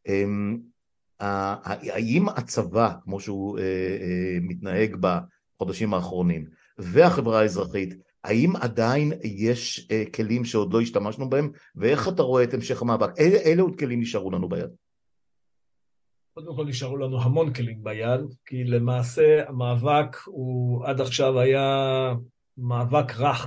האם הצבא כמו שהוא מתנהג בחודשים האחרונים והחברה האזרחית, האם עדיין יש כלים שעוד לא השתמשנו בהם, ואיך אתה רואה את המשך המאבק? אלה עוד כלים נשארו לנו ביד? קודם כל נשארו לנו המון כלים ביד, כי למעשה המאבק הוא עד עכשיו היה מאבק רך.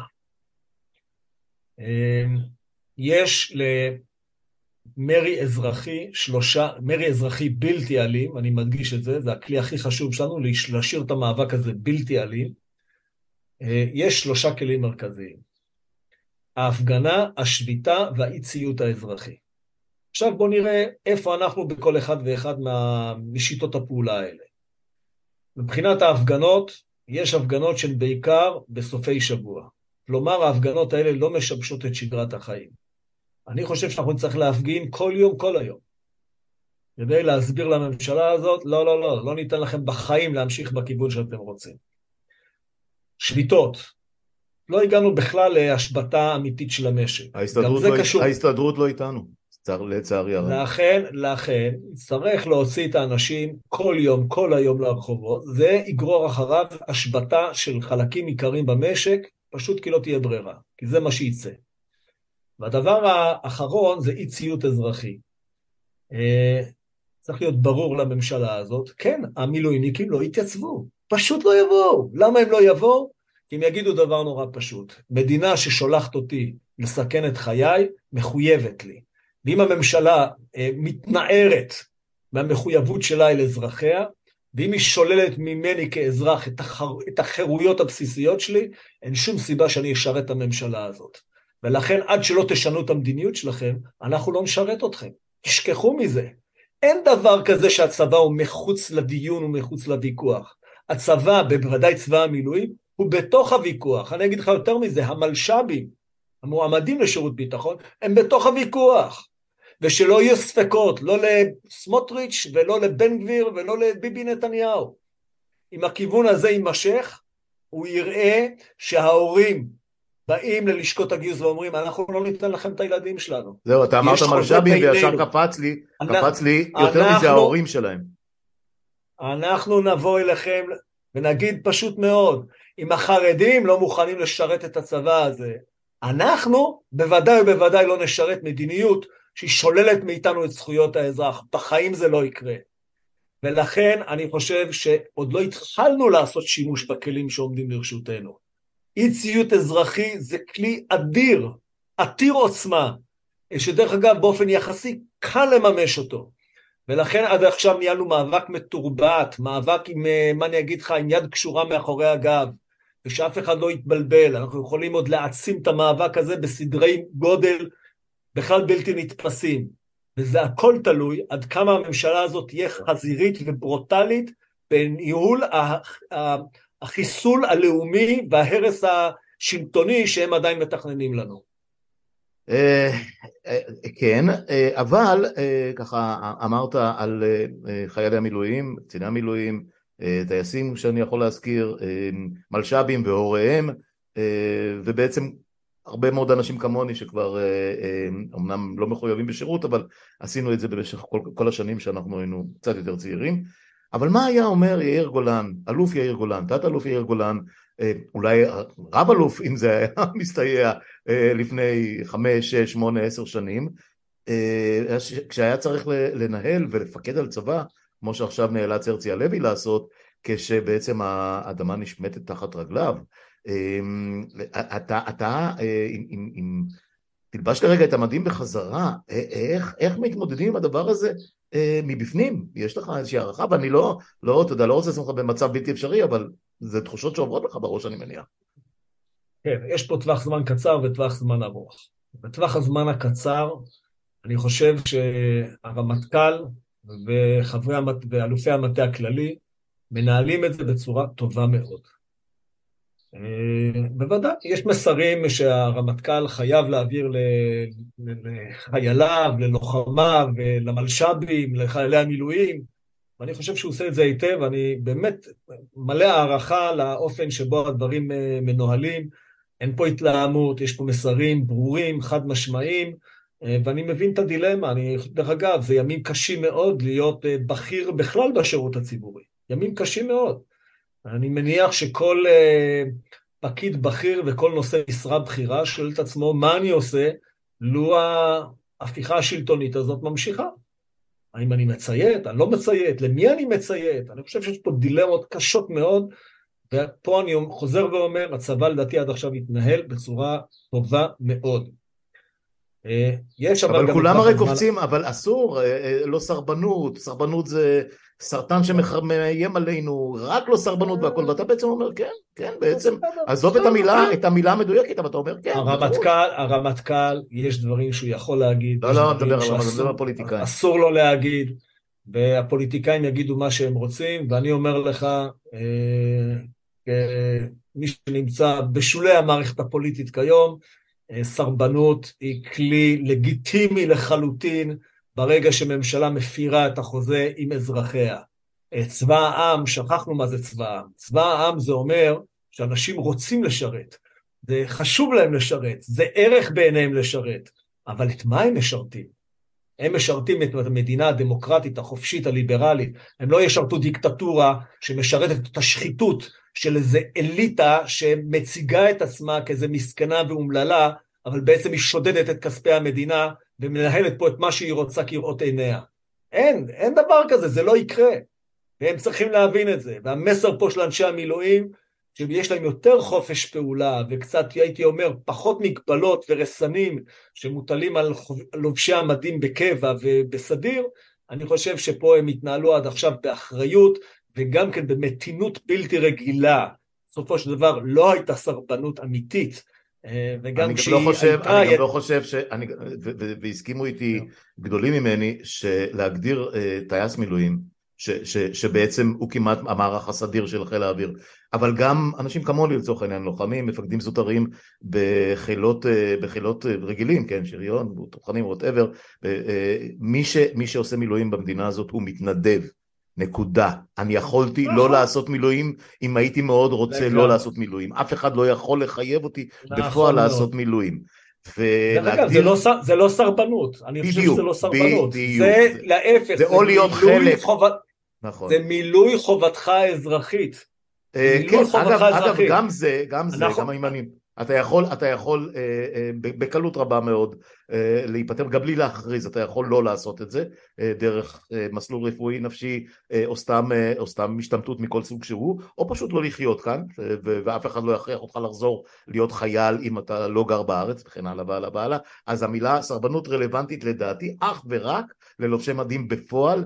יש למרי אזרחי מרי אזרחי בלתי אלים, אני מדגיש את זה, זה הכלי הכי חשוב שלנו, להשאיר את המאבק הזה בלתי אלים. יש 3 כלים מרכזיים: ההפגנה, השביתה והאי ציות האזרחי. עכשיו בואו נראה איפה אנחנו בכל אחד ואחד משיטות הפעולה האלה. מבחינת ההפגנות, יש הפגנות שהן בעיקר בסופי שבוע. כלומר, ההפגנות האלה לא משבשות את שגרת החיים. אני חושב שאנחנו נצטרך להפגין כל יום, כל היום. כדי להסביר לממשלה הזאת, לא ניתן לכם בחיים להמשיך בכיוון שאתם רוצים. שביתות. לא הגענו בכלל להשבתה אמיתית של המשק. ההסתדרות לא איתנו. לצערי הרב. לכן, צריך להוציא את האנשים כל יום, כל היום לרחובות, זה יגרור אחריו השבתה של חלקים עיקריים במשק, פשוט כי לא תהיה ברירה, כי זה מה שייצא. והדבר האחרון זה אי ציות אזרחי. צריך להיות ברור לממשלה הזאת, כן, המילואיניקים לא יתייצבו, פשוט לא יבואו. למה הם לא יבואו? כי הם יגידו דבר נורא פשוט, מדינה ששולחת אותי לסכן את חיי, מחויבת לי. ואם הממשלה מתנערת מהמחויבות שלה אל אזרחיה, ואם היא שוללת ממני כאזרח את החירויות הבסיסיות שלי, אין שום סיבה שאני אשרת את הממשלה הזאת. ולכן עד שלא תשנו את המדיניות שלכם, אנחנו לא נשרת אתכם. תשכחו מזה. אין דבר כזה שהצבא הוא מחוץ לדיון ומחוץ לוויכוח. הצבא, בוודאי צבא המילואים, הוא בתוך הוויכוח. אני אגיד לך יותר מזה, המלש"בים, המועמדים לשירות ביטחון, הם בתוך הוויכוח. ושלא יהיו ספקות, לא לסמוטריץ' ולא לבן גביר ולא לביבי נתניהו. אם הכיוון הזה יימשך, הוא יראה שההורים באים ללשכות הגיוס ואומרים, אנחנו לא ניתן לכם את הילדים שלנו. זהו, אתה אמרת מלש"בים וישר קפץ לי יותר מזה ההורים שלהם. אנחנו נבוא אליכם ונגיד פשוט מאוד, אם החרדים לא מוכנים לשרת את הצבא הזה, אנחנו בוודאי ובוודאי לא נשרת מדיניות שהיא שוללת מאיתנו את זכויות האזרח. בחיים זה לא יקרה. ולכן אני חושב שעוד לא התחלנו לעשות שימוש בכלים שעומדים לרשותנו. אי ציות אזרחי זה כלי אדיר, עתיר עוצמה, שדרך אגב באופן יחסי קל לממש אותו. ולכן עד עכשיו ניהלנו מאבק מתורבת, מאבק עם, מה אני אגיד לך, עם יד קשורה מאחורי הגב, ושאף אחד לא יתבלבל. אנחנו יכולים עוד להעצים את המאבק הזה בסדרי גודל בכלל בלתי נתפסים. וזה הכל תלוי עד כמה הממשלה הזאת תהיה חזירית וברוטלית בניהול החיסול הלאומי וההרס השלטוני שהם עדיין מתכננים לנו. כן, אבל ככה אמרת על חיילי המילואים, קציני המילואים, טייסים שאני יכול להזכיר, מלש"בים והוריהם, ובעצם הרבה מאוד אנשים כמוני שכבר אמנם לא מחויבים בשירות, אבל עשינו את זה במשך כל השנים שאנחנו היינו קצת יותר צעירים. אבל מה היה אומר יאיר גולן, אלוף יאיר גולן, תת אלוף יאיר גולן, אולי רב אלוף אם זה היה מסתייע לפני 5, 6, 8, 10 שנים, כשהיה צריך לנהל ולפקד על צבא, כמו שעכשיו נאלץ הרצי הלוי לעשות, כשבעצם האדמה נשמטת תחת רגליו. אתה תלבש לרגע את המדים בחזרה, איך מתמודדים עם הדבר הזה מבפנים? יש לך איזושהי הערכה, ואני אתה יודע, לא רוצה לעשות לך במצב בלתי אפשרי, אבל זה תחושות שעוברות לך בראש, אני מניח. כן, יש פה טווח זמן קצר וטווח זמן ארוך. בטווח הזמן הקצר, אני חושב שהרמטכ"ל ואלופי המטה הכללי מנהלים את זה בצורה טובה מאוד. בוודאי, יש מסרים שהרמטכ"ל חייב להעביר לחייליו, ללוחמיו, למלש"בים, לחיילי המילואים, ואני חושב שהוא עושה את זה היטב, אני באמת מלא הערכה לאופן שבו הדברים מנוהלים, אין פה התלהמות, יש פה מסרים ברורים, חד משמעיים, ואני מבין את הדילמה, דרך אגב, זה ימים קשים מאוד להיות בכיר בכלל בשירות הציבורי, ימים קשים מאוד. אני מניח שכל פקיד בכיר וכל נושא משרה בכירה שואל את עצמו, מה אני עושה לו ההפיכה השלטונית הזאת ממשיכה? האם אני מציית? אני לא מציית? למי אני מציית? אני חושב שיש פה דילמות קשות מאוד, ופה אני חוזר ואומר, הצבא לדעתי עד עכשיו התנהל בצורה טובה מאוד. אבל כולם הרי קופצים, אבל אסור, לא סרבנות, סרבנות זה סרטן שמאיים עלינו, רק לא סרבנות והכל, ואתה בעצם אומר כן, בעצם, עזוב את המילה המדויקת, אבל אתה אומר כן. הרמטכ"ל, יש דברים שהוא יכול להגיד, לא, נדבר על הפוליטיקאים. אסור לו להגיד, והפוליטיקאים יגידו מה שהם רוצים, ואני אומר לך, מי שנמצא בשולי המערכת הפוליטית כיום, סרבנות היא כלי לגיטימי לחלוטין ברגע שממשלה מפירה את החוזה עם אזרחיה. צבא העם, שכחנו מה זה צבא העם. צבא העם זה אומר שאנשים רוצים לשרת, זה חשוב להם לשרת, זה ערך בעיניהם לשרת, אבל את מה הם משרתים? הם משרתים את המדינה הדמוקרטית, החופשית, הליברלית, הם לא ישרתו דיקטטורה שמשרתת את השחיתות של איזו אליטה שמציגה את עצמה כאיזו מסכנה ואומללה, אבל בעצם היא שודדת את כספי המדינה ומנהלת פה את מה שהיא רוצה כראות עיניה. אין דבר כזה, זה לא יקרה. והם צריכים להבין את זה. והמסר פה של אנשי המילואים, שיש להם יותר חופש פעולה, וקצת הייתי אומר פחות מגבלות ורסנים שמוטלים על לובשי המדים בקבע ובסדיר, אני חושב שפה הם התנהלו עד עכשיו באחריות, וגם כן במתינות בלתי רגילה. בסופו של דבר לא הייתה סרבנות אמיתית, וגם אני גם לא חושב, והסכימו איתי גדולים ממני, שלהגדיר טייס מילואים, שבעצם הוא כמעט המערך הסדיר של חיל האוויר, אבל גם אנשים כמוני לצורך העניין, לוחמים, מפקדים זוטרים בחילות רגילים, כן, שריון, תותחנים, whatever, מי שעושה מילואים במדינה הזאת הוא מתנדב, נקודה. אני יכולתי לא לעשות מילואים אם הייתי מאוד רוצה לא לעשות מילואים, אף אחד לא יכול לחייב אותי בפועל לעשות מילואים. זה לא סרבנות, אני חושב שזה לא סרבנות, זה להפך, זה או להיות חלק, זה מילוי חובתך האזרחית. אגב, גם זה, גם אם אתה יכול בקלות רבה מאוד להיפטר, גם בלי להכריז, אתה יכול לא לעשות את זה, דרך מסלול רפואי נפשי, או סתם משתמטות מכל סוג שהוא, או פשוט לא לחיות כאן, ואף אחד לא יכריח אותך לחזור להיות חייל אם אתה לא גר בארץ, וכן הלאה והלאה והלאה. אז סרבנות רלוונטית לדעתי, אך ורק ללובשי מדים בפועל,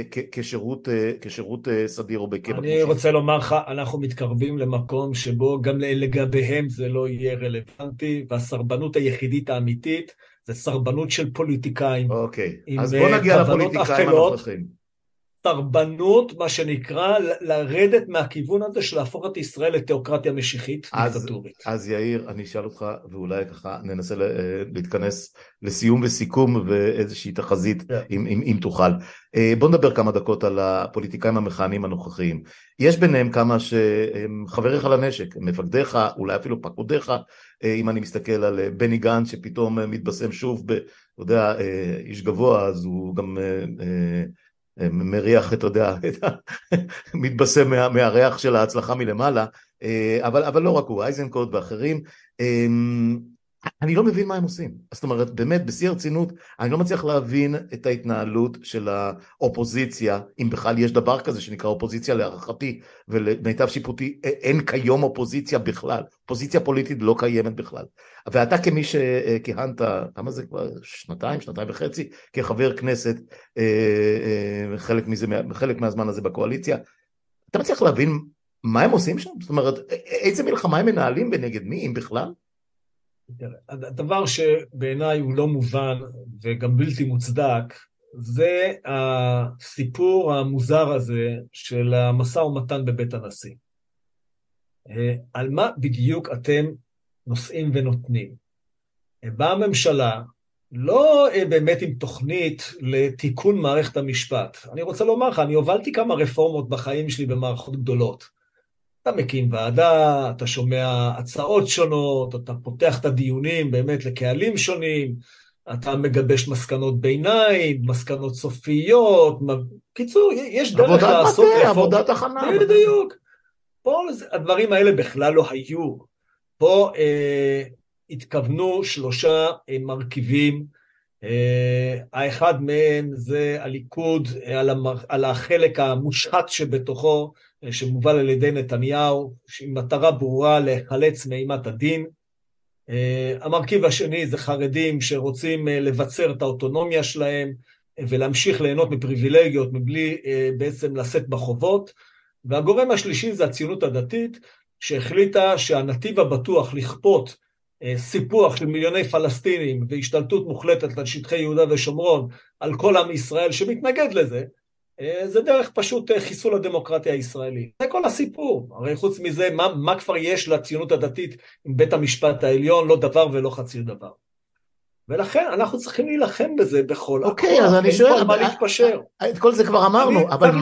כשרות סדיר או בקבע. אני רוצה לומר לך, אנחנו מתקרבים למקום שבו גם לגביהם זה לא יהיה רלוונטי, והסרבנות היחידית האמיתית, זה סרבנות של פוליטיקאים. אוקיי, אז בוא נגיע לפוליטיקאים הנוכחים. סרבנות, מה שנקרא, לרדת מהכיוון הזה של להפוך את ישראל לתיאוקרטיה משיחית דיקטטורית. אז יאיר, אני אשאל אותך, ואולי ככה ננסה להתכנס לסיום וסיכום ואיזושהי תחזית, אם תוכל. בוא נדבר כמה דקות על הפוליטיקאים המכהנים הנוכחיים. יש ביניהם כמה שהם חבריך לנשק, מפקדיך, אולי אפילו פקודיך, אם אני מסתכל על בני גנץ שפתאום מתבשם שוב, אתה יודע, איש גבוה, אז הוא גם מריח, אתה יודע, מתבשם מהריח של ההצלחה מלמעלה, אבל לא רק הוא, אייזנקוט ואחרים. אני לא מבין מה הם עושים. זאת אומרת, באמת, בשיא הרצינות, אני לא מצליח להבין את ההתנהלות של האופוזיציה, אם בכלל יש דבר כזה שנקרא אופוזיציה. להערכתי ולמיטב שיפוטי, אין כיום אופוזיציה בכלל. אופוזיציה פוליטית לא קיימת בכלל. ואתה כמי שכיהנת, כמה זה כבר? שנתיים וחצי, כחבר כנסת, חלק מהזמן הזה בקואליציה, אתה מצליח להבין מה הם עושים שם? זאת אומרת, איזה מלחמה הם מנהלים ונגד מי, אם בכלל? הדבר שבעיניי הוא לא מובן וגם בלתי מוצדק, זה הסיפור המוזר הזה של המשא ומתן בבית הנשיא. על מה בדיוק אתם נושאים ונותנים? באה הממשלה לא באמת עם תוכנית לתיקון מערכת המשפט. אני רוצה לומר לך, אני הובלתי כמה רפורמות בחיים שלי במערכות גדולות. אתה מקים ועדה, אתה שומע הצעות שונות, אתה פותח את הדיונים באמת לקהלים שונים, אתה מגבש מסקנות ביניים, מסקנות סופיות, קיצור, יש דרך לעשות רפורמה. עבודת הכנה. בדיוק. פה הדברים האלה בכלל לא היו. פה התכוונו 3 מרכיבים, האחד מהם זה הליכוד על החלק המושחת שבתוכו, שמובל על ידי נתניהו, עם מטרה ברורה לחלץ מאימת הדין. המרכיב השני זה חרדים שרוצים לבצר את האוטונומיה שלהם, ולהמשיך ליהנות מפריבילגיות מבלי בעצם לשאת בחובות. והגורם השלישי זה הציונות הדתית, שהחליטה שהנתיב הבטוח לכפות סיפוח של מיליוני פלסטינים והשתלטות מוחלטת על שטחי יהודה ושומרון על כל עם ישראל שמתנגד לזה, זה דרך פשוט חיסול הדמוקרטיה הישראלית. זה כל הסיפור. הרי חוץ מזה, מה כבר יש לציונות הדתית עם בית המשפט העליון? לא דבר ולא חצי דבר. ולכן אנחנו צריכים להילחם בזה בכל הכוח. אוקיי, אז אני שואל, מה להתפשר. את כל זה כבר אמרנו, אבל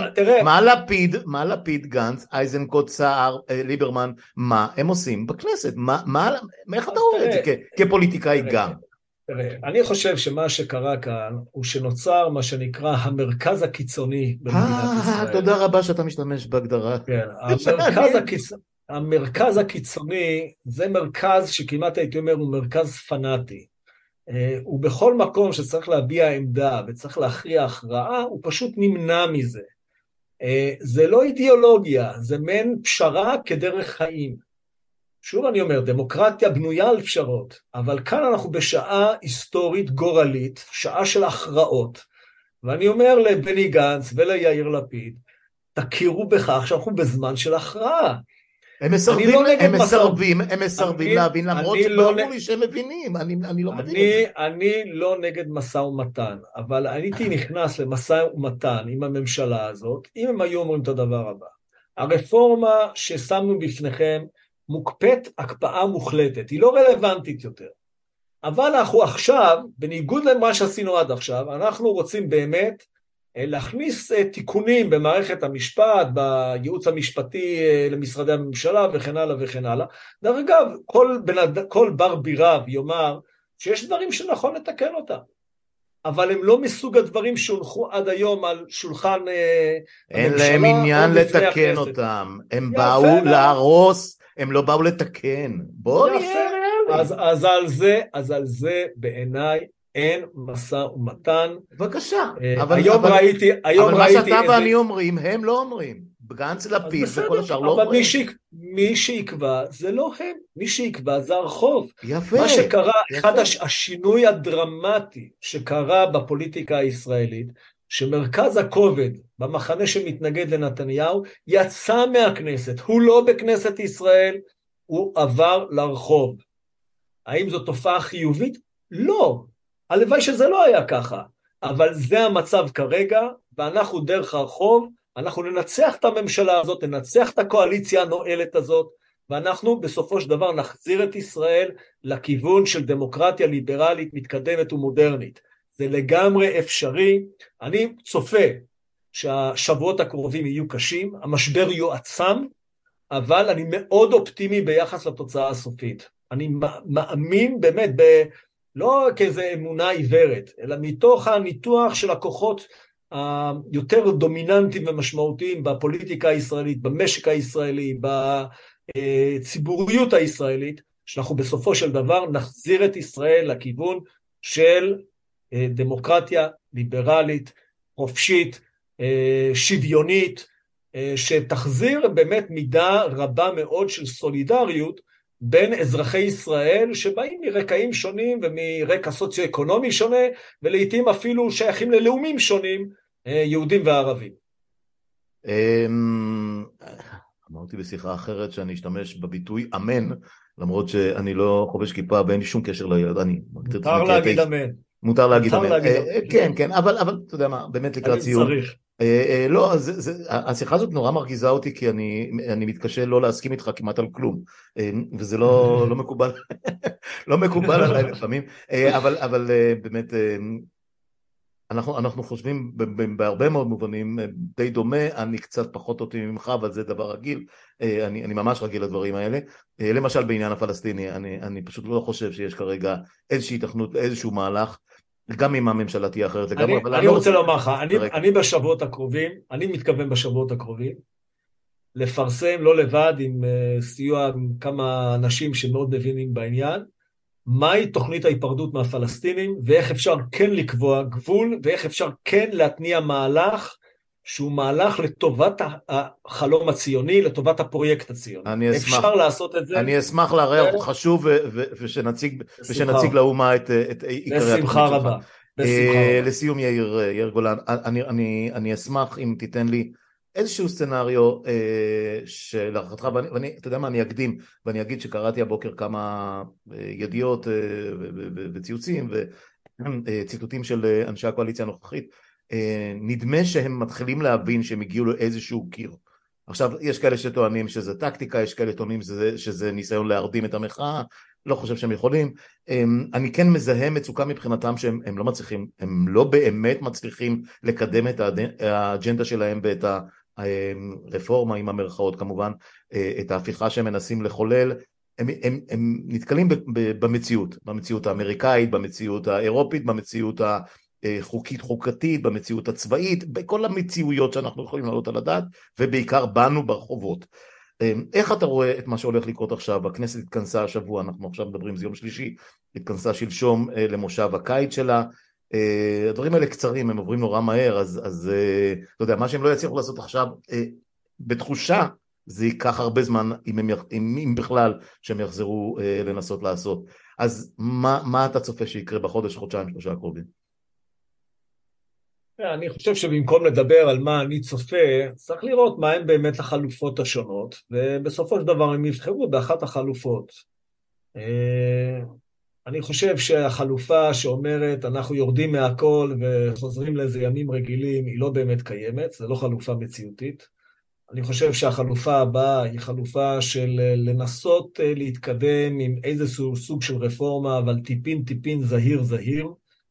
מה לפיד, גנץ, איזנקוט, סער, ליברמן, מה הם עושים בכנסת? איך אתה רואה את זה כפוליטיקאי גם? תראה, אני חושב שמה שקרה כאן הוא שנוצר מה שנקרא המרכז הקיצוני במדינת ישראל. תודה רבה שאתה משתמש בהגדרה. כן, המרכז הקיצוני זה מרכז שכמעט הייתי אומר הוא מרכז פנאטי. הוא בכל מקום שצריך להביע עמדה וצריך להכריע הכרעה, הוא פשוט נמנע מזה. זה לא אידיאולוגיה, זה מעין פשרה כדרך חיים. שוב אני אומר, דמוקרטיה בנויה על פשרות, אבל כאן אנחנו בשעה היסטורית גורלית, שעה של הכרעות, ואני אומר לבני גנץ וליאיר לפיד, תכירו בכך שאנחנו בזמן של הכרעה. הם מסרבים להבין, למרות שברור לי שהם מבינים, אני לא מבין. אני לא נגד משא ומתן, אבל הייתי נכנס למשא ומתן עם הממשלה הזאת, אם הם היו אומרים את הדבר הבא. הרפורמה ששמנו בפניכם, מוקפאת הקפאה מוחלטת, היא לא רלוונטית יותר. אבל אנחנו עכשיו, בניגוד למה שעשינו עד עכשיו, אנחנו רוצים באמת להכניס תיקונים במערכת המשפט, בייעוץ המשפטי למשרדי הממשלה וכן הלאה וכן הלאה. דרך אגב, כל בר בירב יאמר שיש דברים שנכון לתקן אותם. אבל הם לא מסוג הדברים שהונחו עד היום על שולחן אין הממשלה. להם עניין לתקן אותם, הם באו להרוס, הם לא באו לתקן. בוא נהיה ריאלי. אז על זה בעיניי אין משא ומתן. בבקשה. היום ראיתי אבל מה שאתה ואני אומרים, הם לא אומרים. גנץ, לפיד וכל השאר לא אומרים. אבל מי שיקבע זה לא הם, מי שיקבע זה הרחוב. יפה. מה שקרה, אחד השינוי הדרמטי שקרה בפוליטיקה הישראלית, שמרכז הכובד במחנה שמתנגד לנתניהו יצא מהכנסת, הוא לא בכנסת ישראל, הוא עבר לרחוב. האם זו תופעה חיובית? לא. הלוואי שזה לא היה ככה, אבל זה המצב כרגע, ואנחנו דרך הרחוב, אנחנו ננצח את הממשלה הזאת, ננצח את הקואליציה הנועלת הזאת, ואנחנו בסופו של דבר נחזיר את ישראל לכיוון של דמוקרטיה ליברלית, מתקדמת ומודרנית. זה לגמרי אפשרי. אני צופה שהשבועות הקרובים יהיו קשים, המשבר יועצם, אבל אני מאוד אופטימי ביחס לתוצאה הסופית. אני מאמין באמת, לא כאיזו אמונה עיוורת, אלא מתוך הניתוח של הכוחות היותר דומיננטיים ומשמעותיים בפוליטיקה הישראלית, במשק הישראלי, בציבוריות הישראלית, שאנחנו בסופו של דבר נחזיר את ישראל לכיוון של דמוקרטיה ליברלית, חופשית, שוויונית, שתחזיר באמת מידה רבה מאוד של סולידריות בין אזרחי ישראל שבאים מרקעים שונים ומרקע סוציו-אקונומי שונה, ולעיתים אפילו שייכים ללאומים שונים, יהודים וערבים. אמרתי בשיחה אחרת שאני אשתמש בביטוי אמן, למרות שאני לא חובש כיפה ואין לי שום קשר לילד, אני מגדיר את עצמי מותר להגיד אמן. מותר להגיד אמן. כן, כן, אבל אתה יודע מה, באמת לקראת סיום. אני צריך. לא, השיחה הזאת נורא מרגיזה אותי, כי אני מתקשה לא להסכים איתך כמעט על כלום, וזה לא מקובל, לא מקובל עליי לפעמים, אבל באמת, אנחנו חושבים בהרבה מאוד מובנים די דומה, אני קצת פחות אותי ממך, אבל זה דבר רגיל, אני ממש רגיל לדברים האלה. למשל בעניין הפלסטיני, אני פשוט לא חושב שיש כרגע איזושהי תכנות, איזשהו מהלך, גם אם הממשלה תהיה אחרת לגמרי, אבל אני רוצה לומר לך, אני בשבועות הקרובים, אני מתכוון בשבועות הקרובים, לפרסם לא לבד עם סיוע עם כמה אנשים שמאוד מבינים בעניין, מהי תוכנית ההיפרדות מהפלסטינים, ואיך אפשר כן לקבוע גבול, ואיך אפשר כן להתניע מהלך, שהוא מהלך לטובת החלום הציוני, לטובת הפרויקט הציוני. אפשר לעשות את זה. אני אשמח לארח אותך שוב, ושנציג לאומה את עיקרי התוכנית שלך. בשמחה רבה. לסיום יאיר גולן, אני אשמח אם תיתן לי איזשהו סצנריו שלהערכתך, ואתה יודע מה, אני אקדים, ואני אגיד שקראתי הבוקר כמה ידיעות וציוצים וציטוטים של אנשי הקואליציה הנוכחית, נדמה שהם מתחילים להבין שהם הגיעו לאיזשהו קיר. עכשיו, יש כאלה שטוענים שזה טקטיקה, יש כאלה שטוענים שזה ניסיון להרדים את המחאה, לא חושב שהם יכולים. אני כן מזהה מצוקה מבחינתם שהם לא מצליחים, הם לא באמת מצליחים לקדם את האג'נדה שלהם ואת הרפורמה עם המרכאות כמובן, את ההפיכה שהם מנסים לחולל. הם נתקלים במציאות האמריקאית, במציאות האירופית, במציאות חוקתית, במציאות הצבאית, בכל המציאויות שאנחנו יכולים לעלות על הדעת, ובעיקר בנו ברחובות. איך אתה רואה את מה שהולך לקרות עכשיו? הכנסת התכנסה השבוע, אנחנו עכשיו מדברים, זה יום שלישי, התכנסה שלשום למושב הקיץ שלה, הדברים האלה קצרים, הם עוברים נורא מהר, אז אתה יודע, מה שהם לא יצליחו לעשות עכשיו, בתחושה, זה ייקח הרבה זמן, אם בכלל, שהם יחזרו לנסות לעשות. אז מה אתה צופה שיקרה בחודש, חודשיים, שלושה הקרובים? אני חושב שבמקום לדבר על מה אני צופה, צריך לראות מה הן באמת החלופות השונות, ובסופו של דבר הם יבחרו באחת החלופות. אני חושב שהחלופה שאומרת אנחנו יורדים מהכל וחוזרים לאיזה ימים רגילים, היא לא באמת קיימת, זה לא חלופה מציאותית. אני חושב שהחלופה הבאה היא חלופה של לנסות להתקדם עם איזשהו סוג של רפורמה, אבל טיפין זהיר.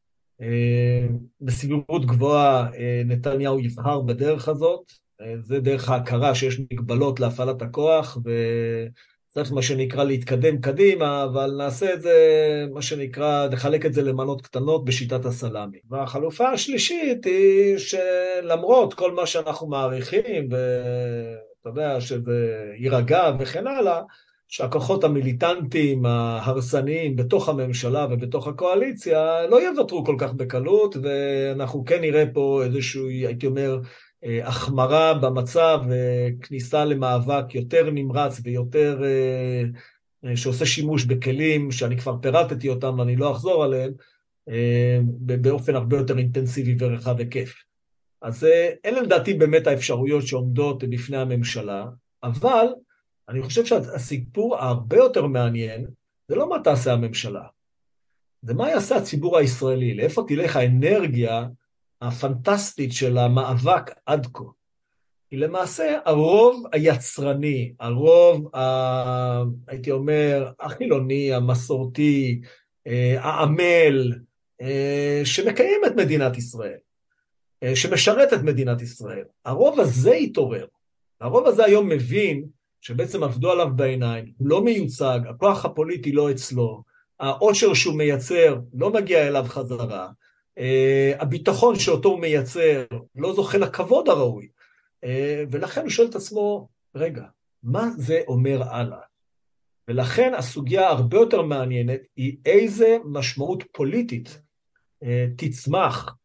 בסבירות גבוהה נתניהו יבחר בדרך הזאת, זה דרך ההכרה שיש מגבלות להפעלת הכוח, וצריך מה שנקרא להתקדם קדימה, אבל נעשה את זה, מה שנקרא, נחלק את זה למנות קטנות בשיטת הסלאמי. והחלופה השלישית היא שלמרות כל מה שאנחנו מעריכים, ואתה יודע שזה יירגע וכן הלאה, שהכוחות המיליטנטיים, ההרסניים בתוך הממשלה ובתוך הקואליציה לא יוותרו כל כך בקלות, ואנחנו כן נראה פה איזשהו, הייתי אומר, החמרה במצב, כניסה למאבק יותר נמרץ ויותר שעושה שימוש בכלים שאני כבר פירטתי אותם ואני לא אחזור עליהם, באופן הרבה יותר אינטנסיבי ורחב היקף. אז אלה לדעתי באמת האפשרויות שעומדות בפני הממשלה, אבל אני חושב שהסיפור הרבה יותר מעניין, זה לא מה תעשה הממשלה, זה מה יעשה הציבור הישראלי, לאיפה תלך האנרגיה הפנטסטית של המאבק עד כה. היא למעשה הרוב היצרני, הרוב, הייתי אומר, החילוני, המסורתי, העמל, שמקיים את מדינת ישראל, שמשרת את מדינת ישראל. הרוב הזה יתעורר. הרוב הזה היום מבין שבעצם עבדו עליו בעיניים, הוא לא מיוצג, הכוח הפוליטי לא אצלו, העושר שהוא מייצר לא מגיע אליו חזרה, הביטחון שאותו הוא מייצר לא זוכה לכבוד הראוי, ולכן הוא שואל את עצמו, רגע, מה זה אומר הלאה? ולכן הסוגיה הרבה יותר מעניינת היא איזה משמעות פוליטית תצמח,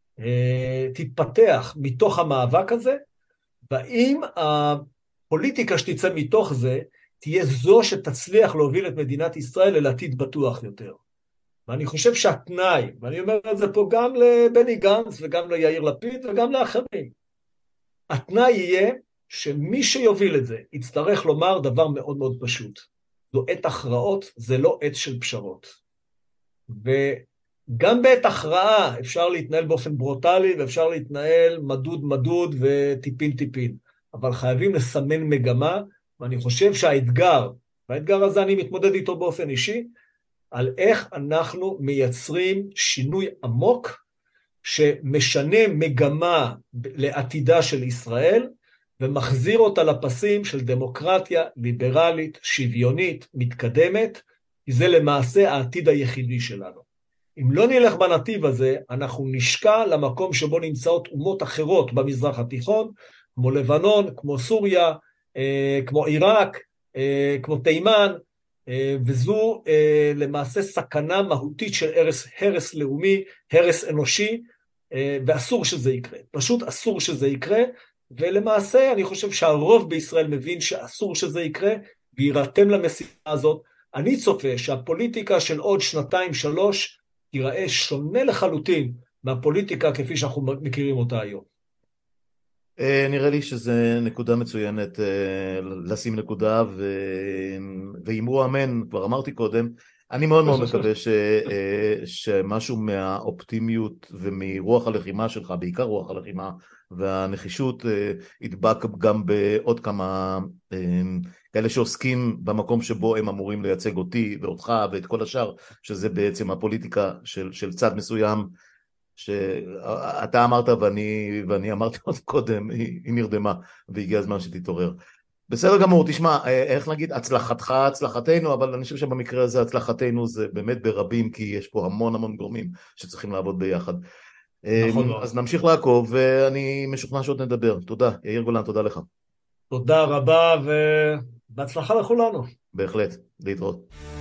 תתפתח מתוך המאבק הזה, והאם הפוליטיקה שתצא מתוך זה תהיה זו שתצליח להוביל את מדינת ישראל אל עתיד בטוח יותר. ואני חושב שהתנאי, ואני אומר את זה פה גם לבני גנץ וגם ליאיר לפיד וגם לאחרים, התנאי יהיה שמי שיוביל את זה יצטרך לומר דבר מאוד מאוד פשוט. זו עת הכרעות, זה לא עת של פשרות. וגם בעת הכרעה אפשר להתנהל באופן ברוטלי, ואפשר להתנהל מדוד וטיפין טיפין. אבל חייבים לסמן מגמה, ואני חושב שהאתגר, והאתגר הזה אני מתמודד איתו באופן אישי, על איך אנחנו מייצרים שינוי עמוק, שמשנה מגמה לעתידה של ישראל, ומחזיר אותה לפסים של דמוקרטיה ליברלית, שוויונית, מתקדמת, כי זה למעשה העתיד היחידי שלנו. אם לא נלך בנתיב הזה, אנחנו נשקע למקום שבו נמצאות אומות אחרות במזרח התיכון, כמו לבנון, כמו סוריה, כמו עיראק, כמו תימן, וזו למעשה סכנה מהותית של הרס לאומי, הרס אנושי, ואסור שזה יקרה. פשוט אסור שזה יקרה, ולמעשה אני חושב שהרוב בישראל מבין שאסור שזה יקרה, וירתם למשימה הזאת. אני צופה שהפוליטיקה של עוד 2-3 ייראה שונה לחלוטין מהפוליטיקה כפי שאנחנו מכירים אותה היום. נראה לי שזה נקודה מצוינת לשים נקודה, ואמרו אמן, כבר אמרתי קודם. אני מאוד מאוד מקווה שמשהו מהאופטימיות ומרוח הלחימה שלך, בעיקר רוח הלחימה והנחישות, ידבק גם בעוד כמה כאלה שעוסקים במקום שבו הם אמורים לייצג אותי ואותך ואת כל השאר, שזה בעצם הפוליטיקה של צד מסוים, שאתה אמרת ואני אמרתי עוד קודם, היא נרדמה והגיע הזמן שתתעורר. בסדר גמור, תשמע, איך נגיד, הצלחתך, הצלחתנו, אבל אני חושב שבמקרה הזה הצלחתנו זה באמת ברבים, כי יש פה המון המון גורמים שצריכים לעבוד ביחד. נכון. אז נמשיך לעקוב, ואני משוכנע שעוד נדבר. תודה, יאיר גולן, תודה לך. תודה רבה, ובהצלחה לכולנו. בהחלט, להתראות.